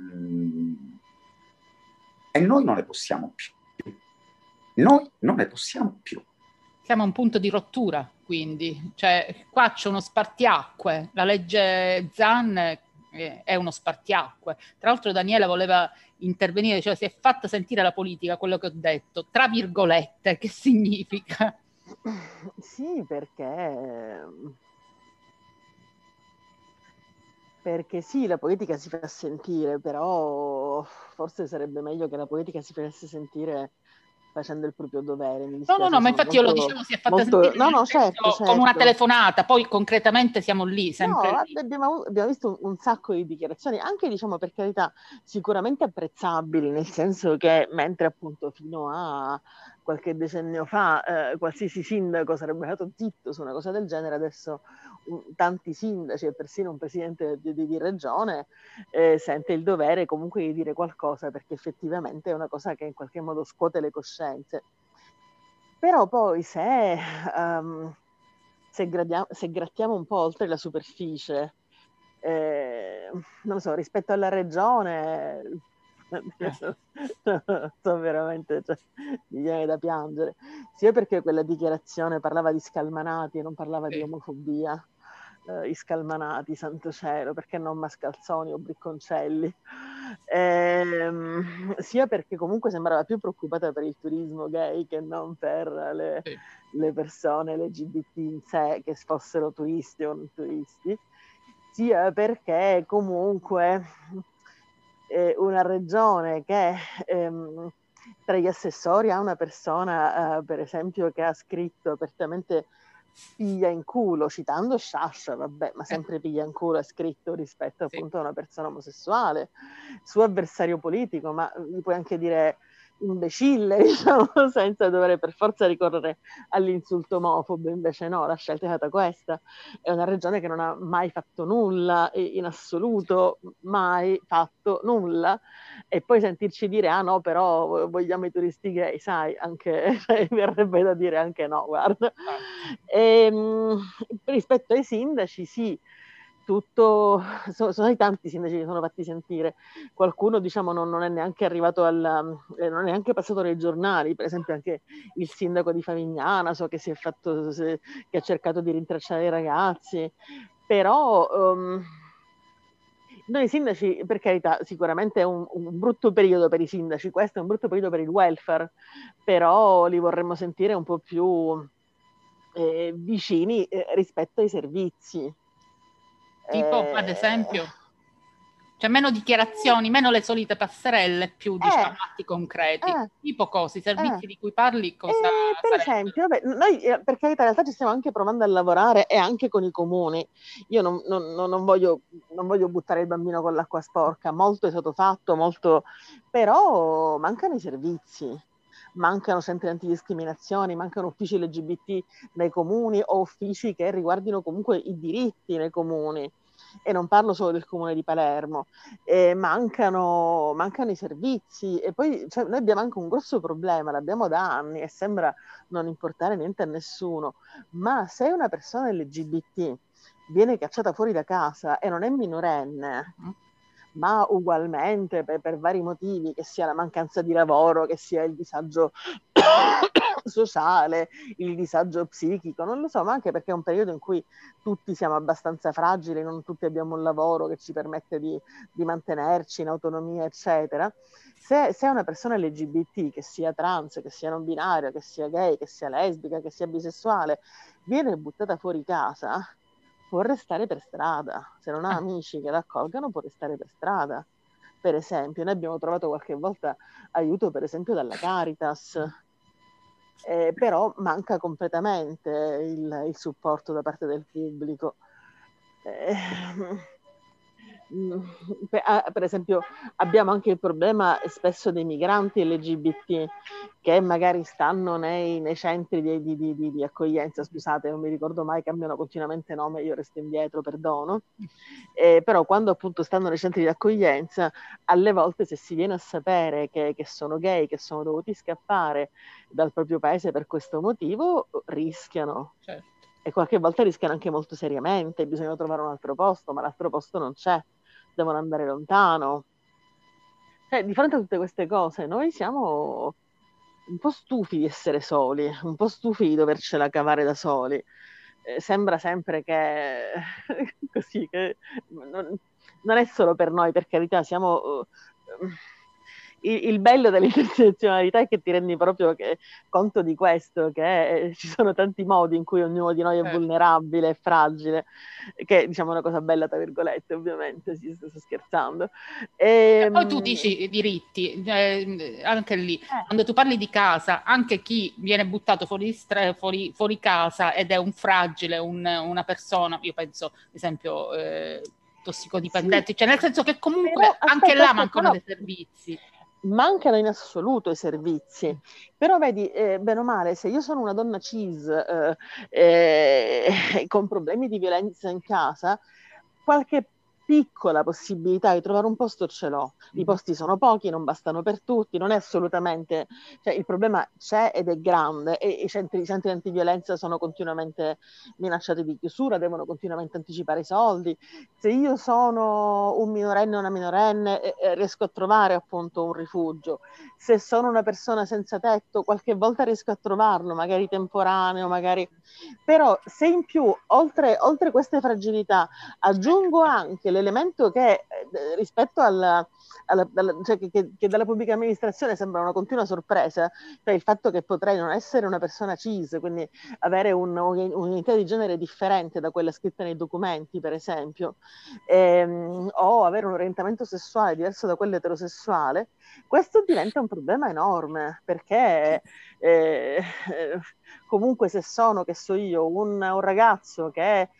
e noi non ne possiamo più. Noi non ne possiamo più. Siamo a un punto di rottura, quindi. Cioè, qua c'è uno spartiacque. La legge Zan è uno spartiacque. Tra l'altro Daniela voleva intervenire, cioè si è fatta sentire la politica, quello che ho detto. Tra virgolette, che significa? Sì, perché... Perché sì, la politica si fa sentire, però forse sarebbe meglio che la politica si facesse sentire facendo il proprio dovere. Mi no, no, no, ma infatti molto, io lo dicevo, si è fatta molto... sentire no, no, certo, certo. con una telefonata, poi concretamente siamo lì, sempre no, lì. Abbiamo, abbiamo visto un, un sacco di dichiarazioni, anche diciamo per carità sicuramente apprezzabili, nel senso che mentre appunto fino a qualche decennio fa eh, qualsiasi sindaco sarebbe stato zitto su una cosa del genere, adesso um, tanti sindaci e persino un presidente di, di, di regione eh, sente il dovere comunque di dire qualcosa, perché effettivamente è una cosa che in qualche modo scuote le coscienze. Però poi se... Um, Se, gradiamo, se grattiamo un po' oltre la superficie, eh, non lo so, rispetto alla regione, sto veramente, cioè, mi viene da piangere, sia perché quella dichiarazione parlava di scalmanati e non parlava di omofobia, eh, i scalmanati, santo cielo, perché non mascalzoni o bricconcelli, ehm, sia perché comunque sembrava più preoccupata per il turismo gay che non per le, sì. le persone L G B T in sé, che fossero turisti o non turisti, sia perché comunque eh, una regione che ehm, tra gli assessori ha una persona, eh, per esempio, che ha scritto apertamente piglia in culo, citando Sciascia, vabbè, ma sempre piglia in culo è scritto rispetto appunto a una persona omosessuale, suo avversario politico, ma gli puoi anche dire imbecille, diciamo, senza dover per forza ricorrere all'insulto omofobo. Invece no, la scelta è stata questa. È una regione che non ha mai fatto nulla, in assoluto mai fatto nulla, e poi sentirci dire ah no, però vogliamo i turisti gay, sai, anche verrebbe da dire anche no, guarda. E, rispetto ai sindaci, sì, tutto, sono, sono tanti sindaci che sono fatti sentire. Qualcuno, diciamo, non, non è neanche arrivato al, eh, non è neanche passato nei giornali, per esempio anche il sindaco di Favignana, so che si è fatto, se, che ha cercato di rintracciare i ragazzi, però um, noi sindaci, per carità, sicuramente è un, un brutto periodo per i sindaci, questo è un brutto periodo per il welfare, però li vorremmo sentire un po' più eh, vicini eh, rispetto ai servizi. Tipo, Eh, ad esempio, cioè meno dichiarazioni, meno le solite passerelle, più diciamo eh, atti concreti. eh, Tipo cosa, i servizi eh. di cui parli, cosa Eh, per sarebbero? esempio, vabbè, noi eh, per carità in realtà ci stiamo anche provando a lavorare e anche con i comuni. Io non, non- non- non voglio, non voglio buttare il bambino con l'acqua sporca, molto è stato fatto, molto, però mancano i servizi, mancano centri antidiscriminazioni, mancano uffici L G B T nei comuni o uffici che riguardino comunque i diritti nei comuni. E non parlo solo del comune di Palermo, eh, mancano, mancano i servizi, e poi cioè, noi abbiamo anche un grosso problema, l'abbiamo da anni e sembra non importare niente a nessuno, ma se una persona L G B T viene cacciata fuori da casa e non è minorenne, Mm. ma ugualmente per, per vari motivi, che sia la mancanza di lavoro, che sia il disagio sociale, il disagio psichico, non lo so, ma anche perché è un periodo in cui tutti siamo abbastanza fragili, non tutti abbiamo un lavoro che ci permette di, di mantenerci in autonomia, eccetera. Se, se una persona L G B T, che sia trans, che sia non binaria, che sia gay, che sia lesbica, che sia bisessuale, viene buttata fuori casa, può restare per strada. Se non ha amici che la accolgano, può restare per strada. Per esempio, noi abbiamo trovato qualche volta aiuto, per esempio, dalla Caritas, eh, però manca completamente il, il supporto da parte del pubblico. Eh, per esempio abbiamo anche il problema spesso dei migranti L G B T che magari stanno nei, nei centri di, di, di, di accoglienza, scusate non mi ricordo mai, cambiano continuamente nome, io resto indietro, perdono, eh, però quando appunto stanno nei centri di accoglienza, alle volte se si viene a sapere che, che sono gay, che sono dovuti scappare dal proprio paese per questo motivo, rischiano. Certo. E qualche volta rischiano anche molto seriamente, bisogna trovare un altro posto, ma l'altro posto non c'è, devono andare lontano. Cioè, di fronte a tutte queste cose, noi siamo un po' stufi di essere soli, un po' stufi di dovercela cavare da soli. Eh, sembra sempre che così, che non, non è solo per noi, per carità, siamo... Uh, il, il bello dell'intersezionalità è che ti rendi proprio che, conto di questo, che eh, ci sono tanti modi in cui ognuno di noi è Certo. vulnerabile, è fragile, che diciamo è una cosa bella, tra virgolette, ovviamente, si sto, sto scherzando. E, e poi tu dici diritti, eh, anche lì, eh. quando tu parli di casa, anche chi viene buttato fuori, stra- fuori, fuori casa ed è un fragile, un, una persona, io penso, ad esempio, eh, tossicodipendenti, sì, cioè nel senso che comunque però, aspetta, anche là aspetta, mancano no. dei servizi. Mancano in assoluto i servizi, però vedi, eh, bene o male, se io sono una donna cis eh, eh, con problemi di violenza in casa, qualche piccola possibilità di trovare un posto ce l'ho. I posti sono pochi, non bastano per tutti, non è assolutamente, cioè il problema c'è ed è grande, e i centri, i centri antiviolenza sono continuamente minacciati di chiusura, devono continuamente anticipare i soldi. Se io sono un minorenne o una minorenne eh, eh, riesco a trovare appunto un rifugio. Se sono una persona senza tetto, qualche volta riesco a trovarlo, magari temporaneo, magari... Però se in più, oltre, oltre queste fragilità, aggiungo anche l'elemento che eh, rispetto alla, alla, alla cioè che, che, che dalla pubblica amministrazione sembra una continua sorpresa, cioè il fatto che potrei non essere una persona cis, quindi avere un, un'identità di genere differente da quella scritta nei documenti, per esempio, ehm, o avere un orientamento sessuale diverso da quello eterosessuale, questo diventa un problema enorme, perché eh, comunque se sono, che so io, un, un ragazzo che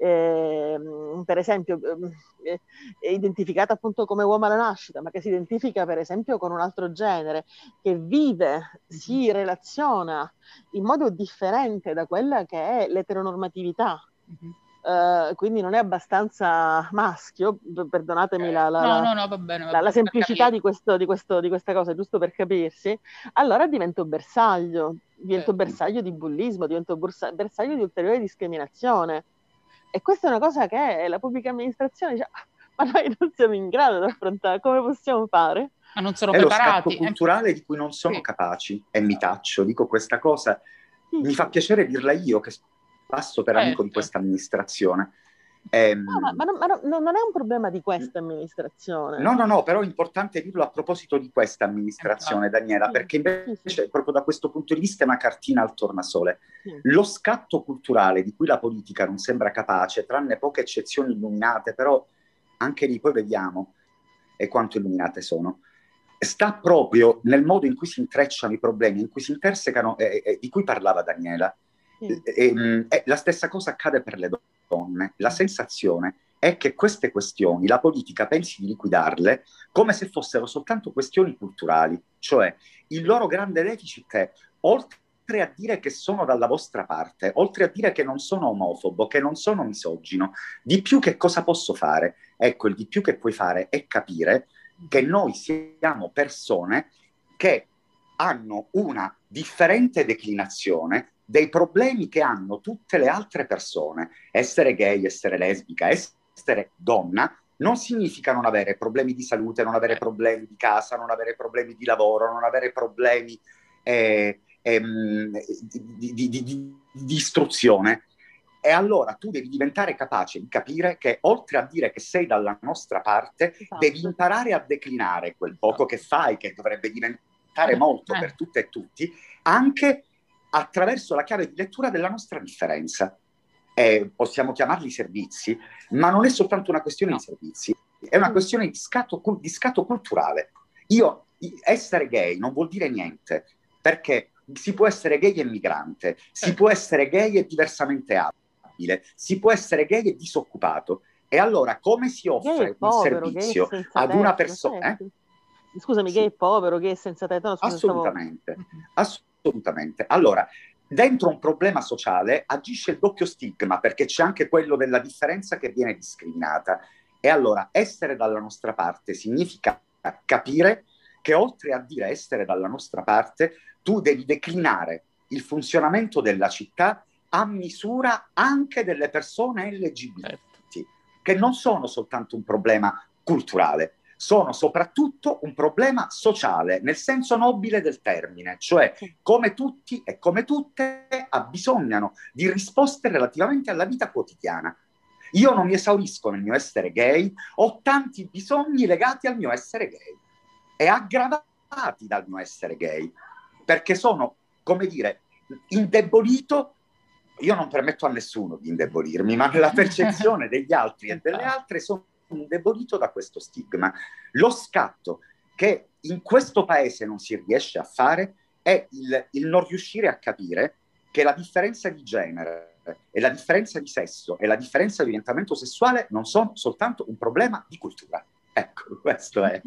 eh, per esempio eh, è identificato appunto come uomo alla nascita, ma che si identifica per esempio con un altro genere, che vive, si relaziona in modo differente da quella che è l'eteronormatività. Mm-hmm. Uh, quindi non è abbastanza maschio, perdonatemi la, la, no, no, no, va bene, va la, bene, la semplicità di, questo, di, questo, di questa cosa, giusto per capirsi, allora divento bersaglio, divento certo. bersaglio di bullismo, divento bursa, bersaglio di ulteriore discriminazione. E questa è una cosa che la pubblica amministrazione dice, ma noi non siamo in grado di affrontare, come possiamo fare? Ma non sono è preparati. È lo scatto culturale di cui non sono sì. capaci, e mi taccio, dico questa cosa, sì. mi fa piacere dirla io che passo per certo. amico di questa amministrazione. Ehm, no, ma, ma, non, ma non è un problema di questa amministrazione. No, no, no, però è importante dirlo a proposito di questa amministrazione, Daniela, sì, perché invece sì, sì. proprio da questo punto di vista è una cartina al tornasole. Sì. Lo scatto culturale di cui la politica non sembra capace, tranne poche eccezioni illuminate, però anche lì poi vediamo e quanto illuminate sono, sta proprio nel modo in cui si intrecciano i problemi, in cui si intersecano, eh, eh, di cui parlava Daniela. Sì. E, e, e la stessa cosa accade per le donne. La sensazione è che queste questioni la politica pensi di liquidarle come se fossero soltanto questioni culturali, cioè il loro grande deficit è, oltre a dire che sono dalla vostra parte, oltre a dire che non sono omofobo, che non sono misogino, di più che cosa posso fare? Ecco, il di più che puoi fare è capire che noi siamo persone che hanno una differente declinazione dei problemi che hanno tutte le altre persone. Essere gay, essere lesbica, essere donna non significa non avere problemi di salute, non avere problemi di casa, non avere problemi di lavoro, non avere problemi eh, ehm, di, di, di, di, di istruzione. E allora tu devi diventare capace di capire che oltre a dire che sei dalla nostra parte, esatto. devi imparare a declinare quel poco che fai, che dovrebbe diventare molto eh. per tutte e tutti, anche attraverso la chiave di lettura della nostra differenza. Eh, possiamo chiamarli servizi, ma non è soltanto una questione no. di servizi, è una questione di scatto, di scatto culturale. Io, essere gay non vuol dire niente, perché si può essere gay e migrante, si può essere gay e diversamente abile, si può essere gay e disoccupato. E allora come si offre un povero, servizio ad una persona... Eh? Scusami, sì. gay è povero, gay è senza tetto? No, assolutamente, stavo... assolutamente. Allora, dentro un problema sociale agisce il doppio stigma, perché c'è anche quello della differenza che viene discriminata. E allora essere dalla nostra parte significa capire che oltre a dire essere dalla nostra parte, tu devi declinare il funzionamento della città a misura anche delle persone L G B T, che non sono soltanto un problema culturale, sono soprattutto un problema sociale, nel senso nobile del termine, cioè come tutti e come tutte abbisognano di risposte relativamente alla vita quotidiana. Io non mi esaurisco nel mio essere gay, ho tanti bisogni legati al mio essere gay e aggravati dal mio essere gay, perché sono, come dire, indebolito. Io non permetto a nessuno di indebolirmi, ma nella percezione degli altri e delle altre sono indebolito da questo stigma. Lo scatto che in questo paese non si riesce a fare è il, il non riuscire a capire che la differenza di genere e la differenza di sesso e la differenza di orientamento sessuale non sono soltanto un problema di cultura. Ecco, questo è.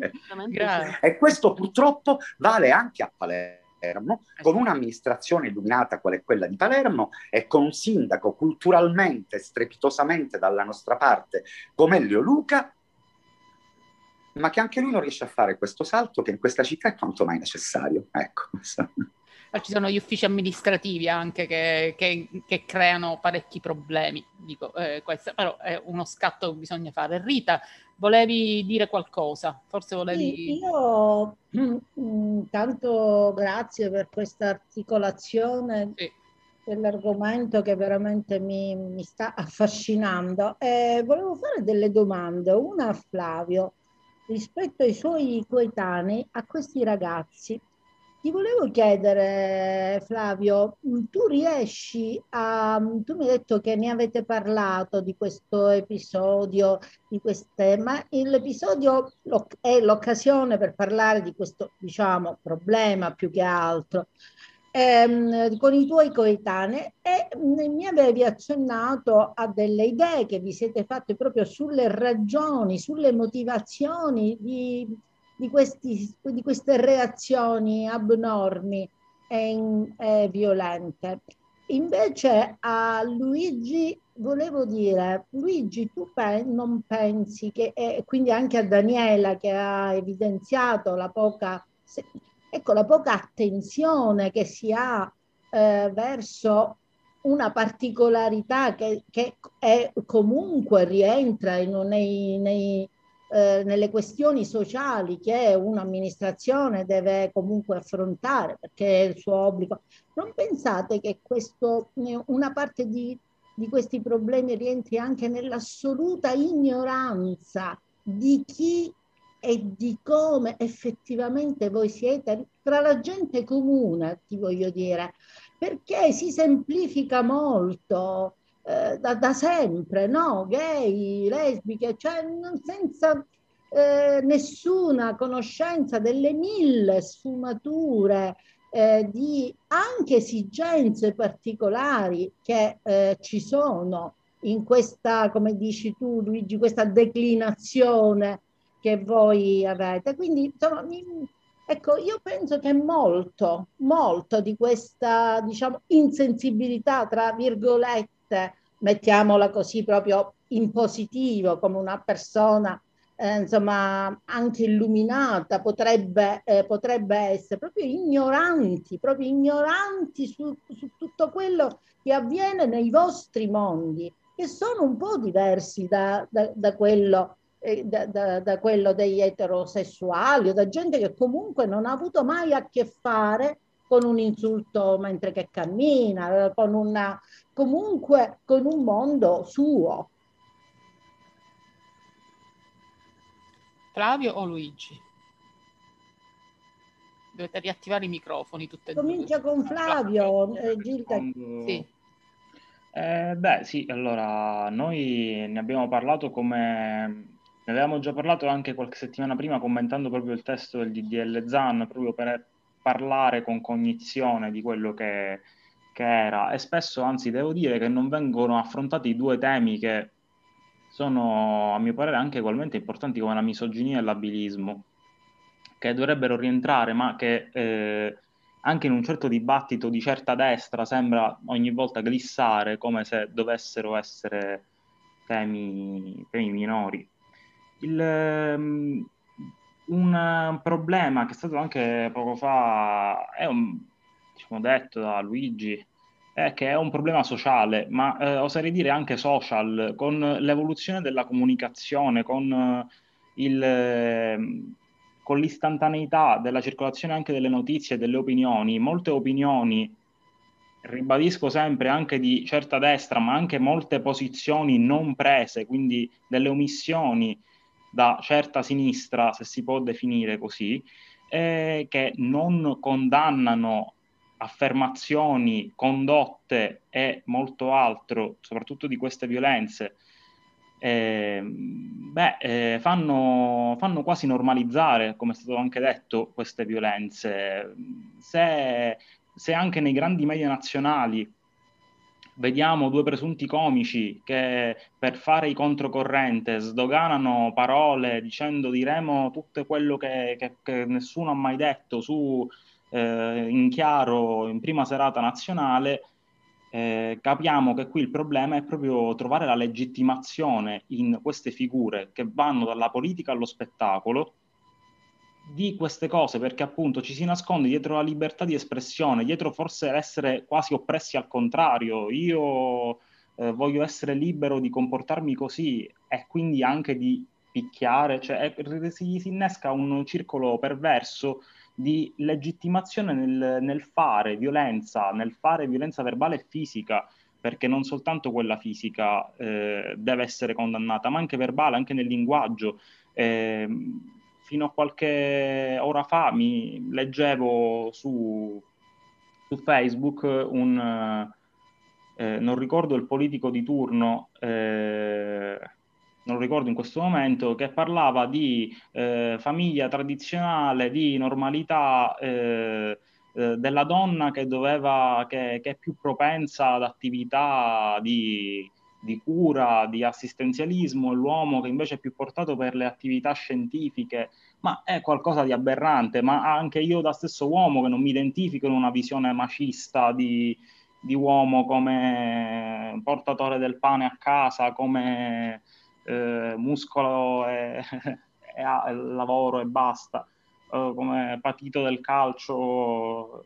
E questo purtroppo vale anche a Palermo, con un'amministrazione illuminata qual è quella di Palermo e con un sindaco culturalmente, strepitosamente dalla nostra parte come Leo Luca, ma che anche lui non riesce a fare questo salto che in questa città è quanto mai necessario. Ecco. Ci sono gli uffici amministrativi anche che, che, che creano parecchi problemi, dico, eh, questo, però è uno scatto che bisogna fare. Rita, volevi dire qualcosa? Forse volevi... Sì, io intanto grazie per questa articolazione sì. dell'argomento che veramente mi, mi sta affascinando. Eh, volevo fare delle domande, una a Flavio, rispetto ai suoi coetanei, a questi ragazzi. Ti volevo chiedere, Flavio, tu riesci a... Tu mi hai detto che ne avete parlato di questo episodio, di queste, ma l'episodio è l'occasione per parlare di questo, diciamo, problema più che altro. ehm, con i tuoi coetanei e mh, mi avevi accennato a delle idee che vi siete fatte proprio sulle ragioni, sulle motivazioni di, di, questi, di queste reazioni abnormi e, in- e violente. Invece a Luigi volevo dire, Luigi, tu pe- non pensi che, e quindi anche a Daniela che ha evidenziato la poca, se- ecco, la poca attenzione che si ha eh, verso una particolarità che, che è, comunque rientra in, nei, nei, eh, nelle questioni sociali che un'amministrazione deve comunque affrontare perché è il suo obbligo. Non pensate che questo, una parte di, di questi problemi rientri anche nell'assoluta ignoranza di chi e di come effettivamente voi siete tra la gente comune, ti voglio dire, perché si semplifica molto eh, da, da sempre, no? Gay, lesbiche, cioè non, senza eh, nessuna conoscenza delle mille sfumature eh, di anche esigenze particolari che eh, ci sono in questa, come dici tu Luigi, questa declinazione che voi avete. Quindi, insomma, mi, ecco, io penso che molto, molto di questa, diciamo, insensibilità, tra virgolette, mettiamola così proprio in positivo, come una persona eh, insomma, anche illuminata, potrebbe, eh, potrebbe essere proprio ignoranti, proprio ignoranti su, su tutto quello che avviene nei vostri mondi, che sono un po' diversi da, da, da quello eh, da, da, da quello degli eterosessuali o da gente che comunque non ha avuto mai a che fare con un insulto mentre che cammina, con una, comunque con un mondo suo. Flavio o Luigi? Dovete riattivare i microfoni tutte e due. Comincia con Flavio, eh, Gilda. Sì. Eh, beh, sì, allora noi ne abbiamo parlato come ne avevamo già parlato anche qualche settimana prima commentando proprio il testo del D D L Zan, proprio per parlare con cognizione di quello che, che era, e spesso, anzi, devo dire che non vengono affrontati due temi che sono, a mio parere, anche ugualmente importanti come la misoginia e l'abilismo, che dovrebbero rientrare, ma che eh, anche in un certo dibattito di certa destra sembra ogni volta glissare come se dovessero essere temi, temi minori. Il, um, un problema che è stato anche poco fa, è un, diciamo, detto da Luigi, è che è un problema sociale, ma eh, oserei dire anche social, con l'evoluzione della comunicazione, con eh, il... Eh, con l'istantaneità della circolazione anche delle notizie e delle opinioni, molte opinioni, ribadisco sempre, anche di certa destra, ma anche molte posizioni non prese, quindi delle omissioni da certa sinistra, se si può definire così, eh, che non condannano affermazioni, condotte e molto altro, soprattutto di queste violenze, eh, beh, eh, fanno, fanno quasi normalizzare, come è stato anche detto, queste violenze. Se, se anche nei grandi media nazionali vediamo due presunti comici che per fare i controcorrente sdoganano parole dicendo diremo tutto quello che, che, che nessuno ha mai detto su, eh, in chiaro in prima serata nazionale, eh, capiamo che qui il problema è proprio trovare la legittimazione in queste figure che vanno dalla politica allo spettacolo di queste cose, perché appunto ci si nasconde dietro la libertà di espressione, dietro forse l'essere quasi oppressi al contrario. Io eh, voglio essere libero di comportarmi così e quindi anche di picchiare, cioè è, si, si innesca un circolo perverso di legittimazione nel, nel fare violenza, nel fare violenza verbale e fisica, perché non soltanto quella fisica eh, deve essere condannata, ma anche verbale, anche nel linguaggio. Eh, fino a qualche ora fa mi leggevo su, su Facebook un, eh, non ricordo il politico di turno, eh, non lo ricordo in questo momento, che parlava di eh, famiglia tradizionale, di normalità, eh, eh, della donna che doveva, che, che è più propensa ad attività di, di cura, di assistenzialismo, e l'uomo che invece è più portato per le attività scientifiche, ma è qualcosa di aberrante. Ma anche io da stesso uomo, che non mi identifico in una visione macista di, di uomo come portatore del pane a casa, come eh, muscolo e, e, e lavoro e basta, eh, come patito del calcio.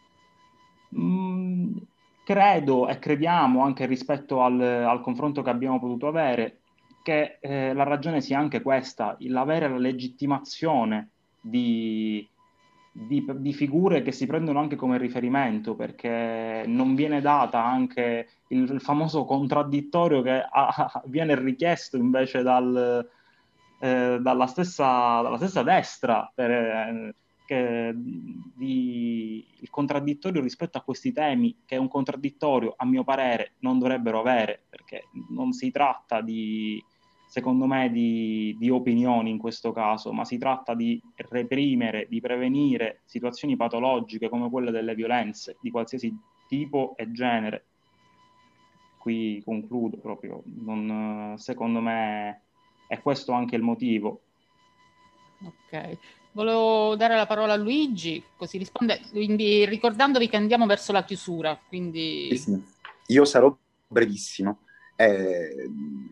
Mm, credo e crediamo, anche rispetto al, al confronto che abbiamo potuto avere, che eh, la ragione sia anche questa, l'avere la legittimazione di, di, di figure che si prendono anche come riferimento, perché non viene data anche il, il famoso contraddittorio che ha, viene richiesto invece dal, eh, dalla, stessa, dalla stessa destra, per, eh, che, di, il contraddittorio rispetto a questi temi, che è un contraddittorio, a mio parere, non dovrebbero avere, perché non si tratta di, secondo me, di, di opinioni in questo caso, ma si tratta di reprimere, di prevenire situazioni patologiche come quelle delle violenze di qualsiasi tipo e genere. Qui concludo proprio, non, secondo me è questo anche il motivo. Ok, volevo dare la parola a Luigi, così risponde, quindi ricordandovi che andiamo verso la chiusura, quindi... Sì, sì. Io sarò brevissimo. Eh,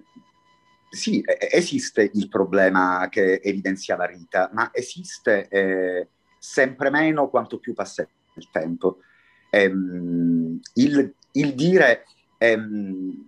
sì, esiste il problema che evidenziava Rita, ma esiste eh, sempre meno quanto più passa il tempo. Ehm, il, il dire ehm,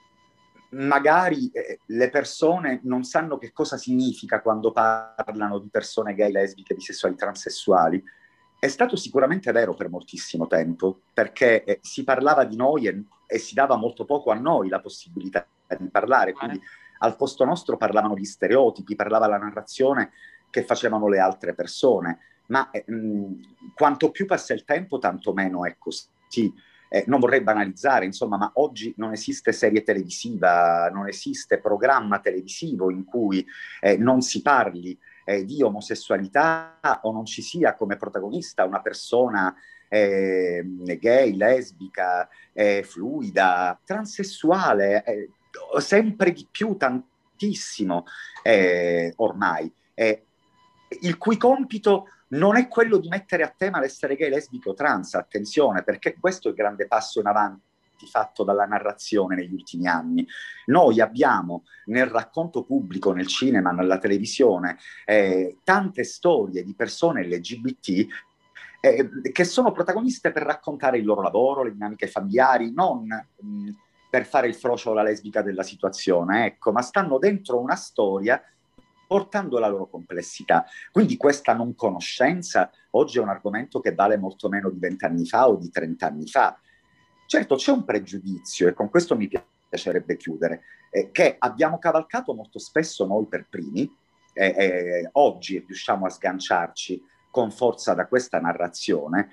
magari eh, le persone non sanno che cosa significa quando parlano di persone gay, lesbiche, bisessuali, transessuali, è stato sicuramente vero per moltissimo tempo, perché eh, si parlava di noi e, e si dava molto poco a noi la possibilità di parlare, quindi al posto nostro parlavano gli stereotipi, parlava la narrazione che facevano le altre persone, ma eh, mh, quanto più passa il tempo, tanto meno è così. Eh, non vorrei banalizzare, insomma, ma oggi non esiste serie televisiva, non esiste programma televisivo in cui eh, non si parli eh, di omosessualità o non ci sia come protagonista una persona eh, gay, lesbica, eh, fluida, transessuale, eh, sempre di più, tantissimo eh, ormai, eh, il cui compito non è quello di mettere a tema l'essere gay, lesbico o trans, attenzione, perché questo è il grande passo in avanti fatto dalla narrazione negli ultimi anni. Noi abbiamo nel racconto pubblico, nel cinema, nella televisione, eh, tante storie di persone L G B T eh, che sono protagoniste per raccontare il loro lavoro, le dinamiche familiari, non mh, per fare il frocio o la lesbica della situazione, ecco, ma stanno dentro una storia portando la loro complessità. Quindi questa non conoscenza oggi è un argomento che vale molto meno di vent'anni fa o di trent'anni fa. Certo, c'è un pregiudizio, e con questo mi piacerebbe chiudere, eh, che abbiamo cavalcato molto spesso noi per primi, e eh, eh, oggi riusciamo a sganciarci con forza da questa narrazione,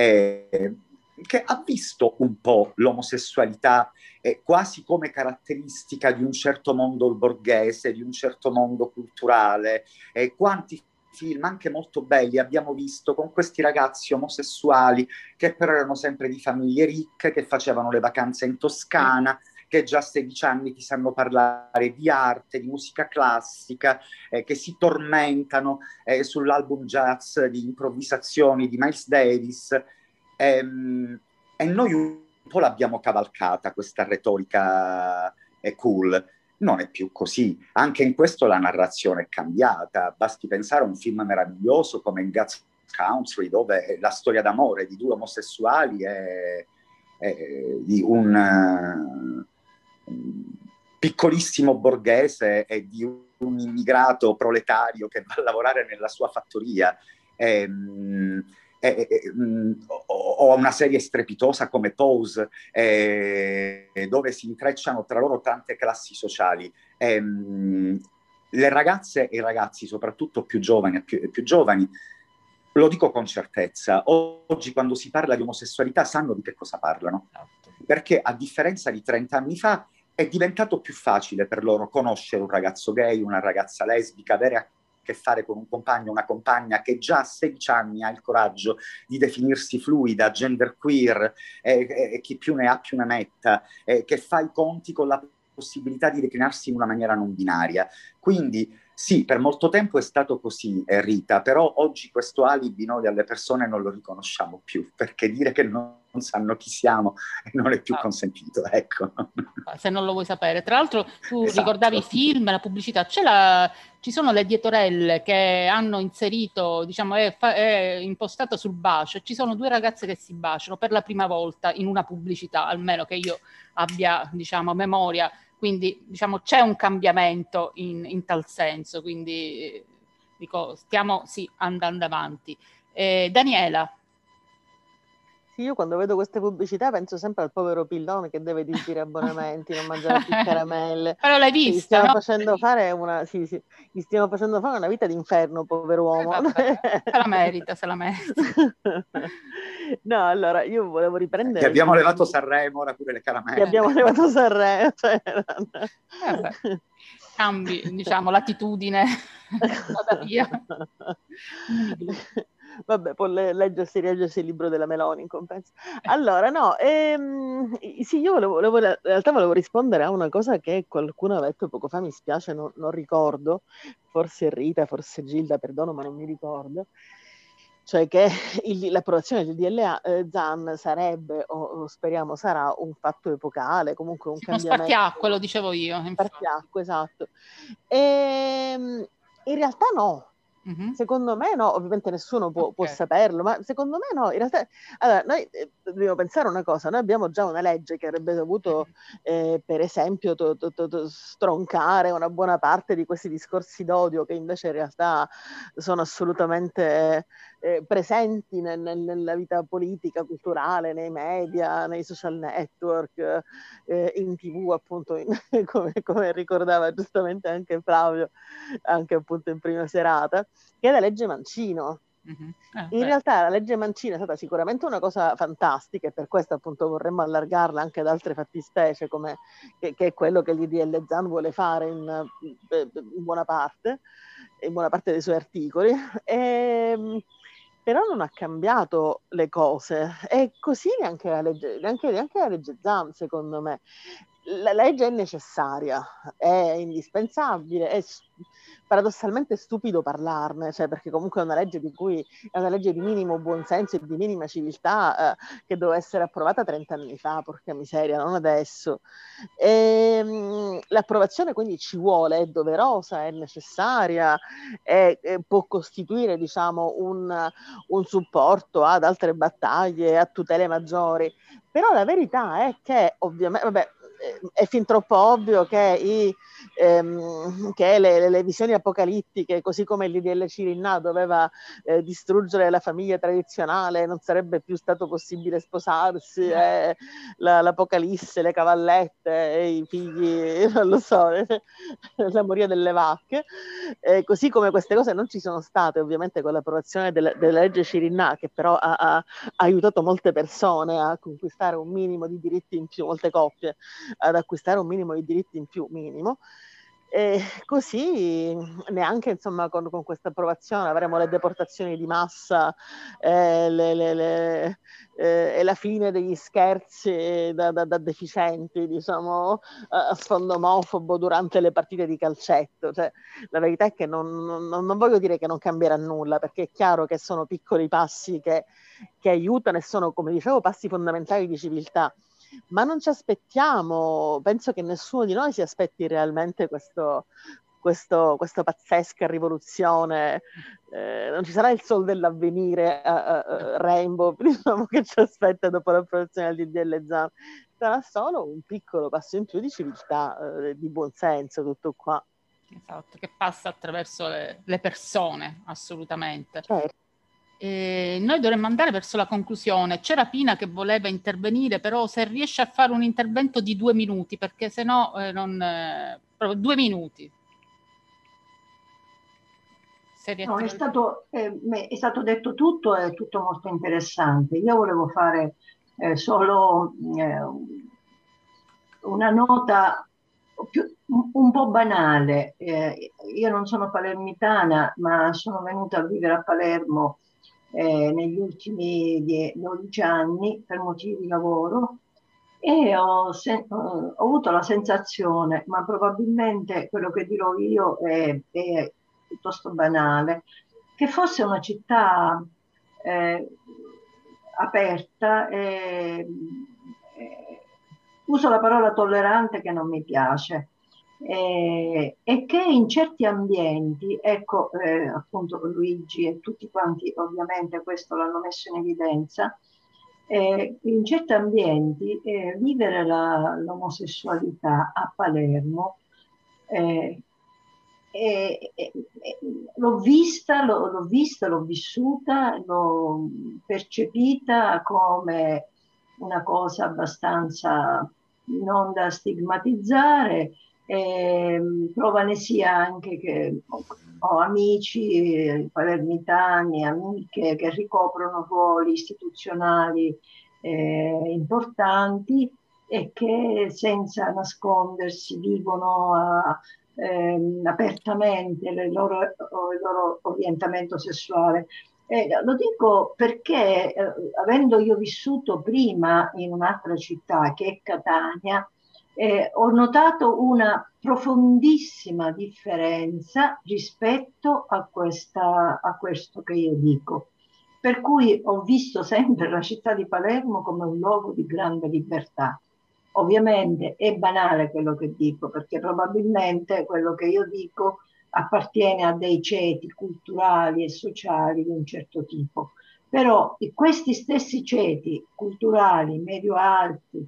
eh, che ha visto un po' l'omosessualità eh, quasi come caratteristica di un certo mondo borghese, di un certo mondo culturale. Eh, quanti film anche molto belli abbiamo visto con questi ragazzi omosessuali che però erano sempre di famiglie ricche, che facevano le vacanze in Toscana, che già a sedici anni ti sanno parlare di arte, di musica classica, eh, che si tormentano eh, sull'album jazz di improvvisazioni di Miles Davis. Ehm, e noi un po' l'abbiamo cavalcata questa retorica è cool. Non è più così. Anche in questo la narrazione è cambiata. Basti pensare a un film meraviglioso come In God's Country, dove la storia d'amore di due omosessuali è, è di un uh, piccolissimo borghese e di un immigrato proletario che va a lavorare nella sua fattoria. Ehm, Eh, eh, mh, o una serie strepitosa come Pose, eh, dove si intrecciano tra loro tante classi sociali. Eh, mh, le ragazze e i ragazzi, soprattutto più giovani, più, più giovani, lo dico con certezza, oggi quando si parla di omosessualità sanno di che cosa parlano, perché a differenza di trenta anni fa è diventato più facile per loro conoscere un ragazzo gay, una ragazza lesbica, avere a che fare con un compagno o una compagna che già a sedici anni ha il coraggio di definirsi fluida, genderqueer, e, e chi più ne ha più ne metta, e che fa i conti con la possibilità di declinarsi in una maniera non binaria. Quindi sì, per molto tempo è stato così, eh, Rita, però oggi questo alibi noi alle persone non lo riconosciamo più, perché dire che non sanno chi siamo non è più consentito, ecco. Se non lo vuoi sapere. Tra l'altro tu Esatto. ricordavi i film, la pubblicità, c'è la, ci sono le editoriali che hanno inserito, diciamo, è, fa, è impostata sul bacio, ci sono due ragazze che si baciano per la prima volta in una pubblicità, almeno che io abbia, diciamo, memoria, quindi diciamo c'è un cambiamento in, in tal senso, quindi dico, stiamo sì andando avanti. Eh, Daniela. Sì, io quando vedo queste pubblicità penso sempre al povero Pillone che deve disdire abbonamenti, non mangiare più caramelle. Però l'hai Cioè, gli vista, stiamo no? facendo fare una, sì, sì, gli stiamo facendo fare una vita d'inferno, povero uomo. Eh, vabbè, se la merita, se la merita. No, allora, io volevo riprendere... Gli abbiamo su... levato Sanremo, ora pure le caramelle. Gli abbiamo levato Sanremo. Cioè... Eh, cambi, diciamo, l'attitudine. Vada via. Vabbè, può leggersi, rileggersi il libro della Meloni in compenso. Allora, no, ehm, sì, io volevo, volevo, in realtà volevo rispondere a una cosa che qualcuno ha detto poco fa, mi spiace, non, non ricordo, forse Rita, forse Gilda, perdono, ma non mi ricordo, cioè che il, l'approvazione del D L A eh, Zan sarebbe, o, o speriamo sarà, un fatto epocale, comunque un sì, cambiamento. Uno spartiacque, lo dicevo io. Spartiacque, esatto. E, in realtà no. Mm-hmm. Secondo me no, ovviamente nessuno può, okay. può saperlo, ma secondo me no, in realtà, allora, noi eh, dobbiamo pensare una cosa, noi abbiamo già una legge che avrebbe dovuto, eh, per esempio, to, to, to, to, stroncare una buona parte di questi discorsi d'odio che invece in realtà sono assolutamente eh, presenti nel, nel, nella vita politica, culturale, nei media, nei social network, eh, in tv, appunto, in, come, come ricordava giustamente anche Flavio, anche appunto in prima serata, che è la legge Mancino. Mm-hmm. Ah, in beh. realtà la legge Mancino è stata sicuramente una cosa fantastica e per questo appunto vorremmo allargarla anche ad altre fattispecie come che, che è quello che l'I D L Zan vuole fare in, in buona parte in buona parte dei suoi articoli e, però non ha cambiato le cose e così neanche la legge, neanche, neanche la legge Zan secondo me. La legge è necessaria, è indispensabile, è paradossalmente stupido parlarne, cioè perché comunque è una legge di cui è una legge di minimo buonsenso e di minima civiltà eh, che doveva essere approvata trenta anni fa, porca miseria, non adesso. E, mh, l'approvazione quindi ci vuole, è doverosa, è necessaria, è, è, può costituire diciamo un, un supporto ad altre battaglie, a tutele maggiori, però la verità è che ovviamente, vabbè, è fin troppo ovvio che, i, ehm, che le, le visioni apocalittiche, così come l'I D L Cirinna doveva eh, distruggere la famiglia tradizionale, non sarebbe più stato possibile sposarsi, eh, la, l'apocalisse, le cavallette, eh, i figli, non lo so, la moria delle vacche, eh, così come queste cose non ci sono state ovviamente con l'approvazione della, della legge Cirinna, che però ha, ha, ha aiutato molte persone a conquistare un minimo di diritti in più, molte coppie ad acquistare un minimo di diritti in più minimo e così neanche insomma con, con questa approvazione avremo le deportazioni di massa eh, le, le, le, eh, e la fine degli scherzi da, da, da deficienti diciamo a sfondo omofobo durante le partite di calcetto, cioè, la verità è che non, non, non voglio dire che non cambierà nulla perché è chiaro che sono piccoli passi che, che aiutano e sono, come dicevo, passi fondamentali di civiltà. Ma non ci aspettiamo, penso che nessuno di noi si aspetti realmente questo, questo, questa pazzesca rivoluzione, eh, non ci sarà il sol dell'avvenire uh, uh, Rainbow diciamo, che ci aspetta dopo l'approvazione del D D L Zan, sarà solo un piccolo passo in più di civiltà, uh, di buonsenso, tutto qua. Esatto, che passa attraverso le, le persone, assolutamente. Certo. Eh, noi dovremmo andare verso la conclusione. C'era Pina che voleva intervenire, però se riesce a fare un intervento di due minuti, perché se no eh, non eh, proprio due minuti. No, è stato, eh, è stato detto tutto, è tutto molto interessante. Io volevo fare eh, solo eh, una nota più, un po' banale. Eh, io non sono palermitana, ma sono venuta a vivere a Palermo eh, negli ultimi dodici anni per motivi di lavoro e ho, sen- ho avuto la sensazione, ma probabilmente quello che dirò io è, è piuttosto banale, che fosse una città eh, aperta e, e uso la parola tollerante che non mi piace. E, e che in certi ambienti, ecco, eh, appunto Luigi e tutti quanti ovviamente questo l'hanno messo in evidenza, eh, in certi ambienti eh, vivere la- l'omosessualità a Palermo eh, e- e- e- l'ho vista, l'ho, l'ho vista, l'ho vissuta, l'ho percepita come una cosa abbastanza non da stigmatizzare. E, prova ne sia anche che ho, ho amici eh, palermitani, amiche che ricoprono ruoli istituzionali eh, importanti e che senza nascondersi vivono a ehm, apertamente il loro, il loro orientamento sessuale. Eh, lo dico perché, eh, avendo io vissuto prima in un'altra città che è Catania, eh, ho notato una profondissima differenza rispetto a, questa, a questo che io dico. Per cui ho visto sempre la città di Palermo come un luogo di grande libertà. Ovviamente è banale quello che dico, perché probabilmente quello che io dico appartiene a dei ceti culturali e sociali di un certo tipo. Però questi stessi ceti culturali medio-alti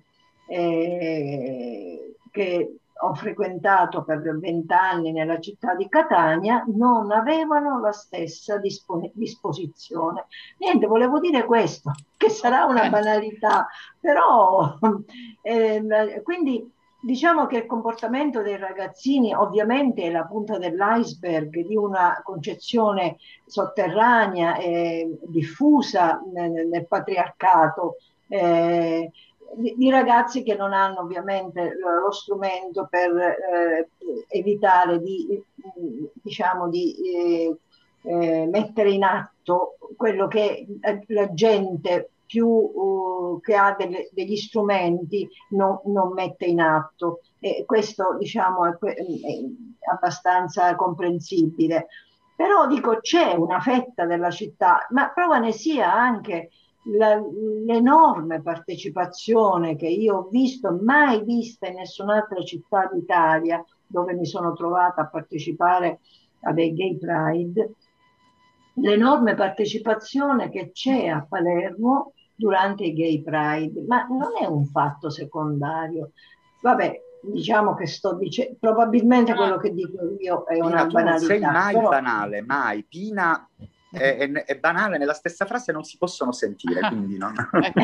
eh, che ho frequentato per vent'anni nella città di Catania non avevano la stessa dispone- disposizione. Niente, volevo dire questo, che sarà una banalità, però eh, quindi diciamo che il comportamento dei ragazzini ovviamente è la punta dell'iceberg di una concezione sotterranea e diffusa nel, nel patriarcato, eh, di, di ragazzi che non hanno ovviamente lo strumento per eh, evitare di, diciamo, di eh, eh, mettere in atto quello che la gente più uh, che ha delle, degli strumenti non, non mette in atto. E questo diciamo è, è abbastanza comprensibile. Però dico c'è una fetta della città, ma prova ne sia anche la, l'enorme partecipazione che io ho visto, mai vista in nessun'altra città d'Italia, dove mi sono trovata a partecipare a dei Gay Pride, l'enorme partecipazione che c'è a Palermo durante i Gay Pride, ma non è un fatto secondario. Vabbè, diciamo che sto dicendo, probabilmente quello che dico io è Pina, una tu banalità. non sei mai però... banale, mai. Pina e, e, e banale nella stessa frase non si possono sentire, quindi non...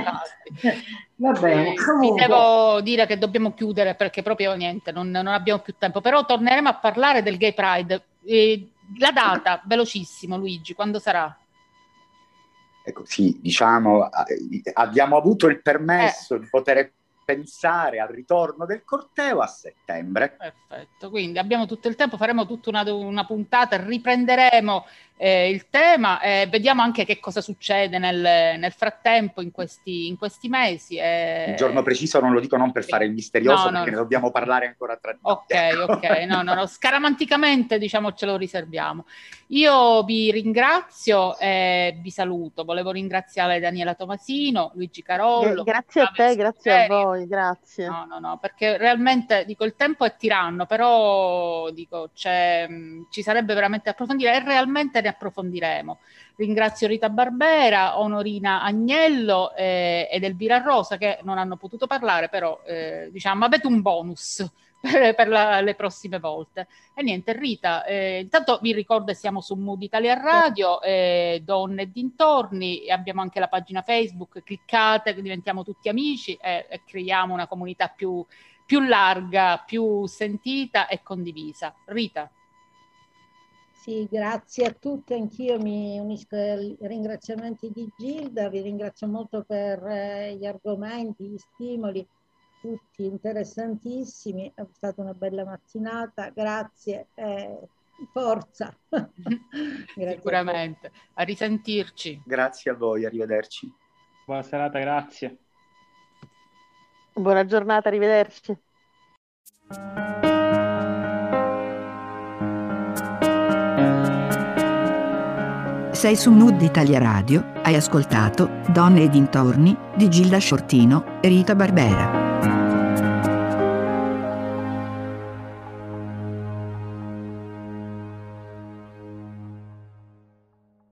Va bene. Sì, Comunque... vi devo dire che dobbiamo chiudere perché proprio niente, non, non abbiamo più tempo, però torneremo a parlare del Gay Pride. E la data, velocissimo Luigi, quando sarà? Ecco, sì, diciamo, abbiamo avuto il permesso eh. di poter pensare al ritorno del corteo a settembre. Perfetto, quindi abbiamo tutto il tempo, faremo tutta una, una puntata, riprenderemo eh, il tema e vediamo anche che cosa succede nel, nel frattempo in questi, in questi mesi. E... Il giorno preciso non lo dico non per fare il misterioso, no, perché no, ne dobbiamo parlare ancora tra di noi. Ok, ok, no, no, no, scaramanticamente diciamo ce lo riserviamo. Io vi ringrazio e vi saluto. Volevo ringraziare Daniela Tomasino, Luigi Carollo. Grazie a te, grazie a voi, grazie. No, no, no, perché realmente dico il tempo è tiranno, però dico c'è, ci sarebbe veramente da approfondire e realmente ne approfondiremo. Ringrazio Rita Barbera, Onorina Agnello eh, ed Elvira Rosa che non hanno potuto parlare, però eh, diciamo avete un bonus per, per la, le prossime volte. E niente, Rita, eh, intanto vi ricordo che siamo su Mood Italia Radio, eh, Donne e dintorni, e abbiamo anche la pagina Facebook, cliccate, diventiamo tutti amici e, e creiamo una comunità più, più larga, più sentita e condivisa. Rita. Sì, grazie a tutti, anch'io mi unisco ai ringraziamenti di Gilda, vi ringrazio molto per eh, gli argomenti, gli stimoli tutti interessantissimi, è stata una bella mattinata, grazie, eh, forza. Grazie Sicuramente, a, a risentirci. Grazie a voi, arrivederci. Buona serata, grazie. Buona giornata, arrivederci. Sei su Mood Italia Radio, hai ascoltato Donne e dintorni di Gilda Shortino e Rita Barbera.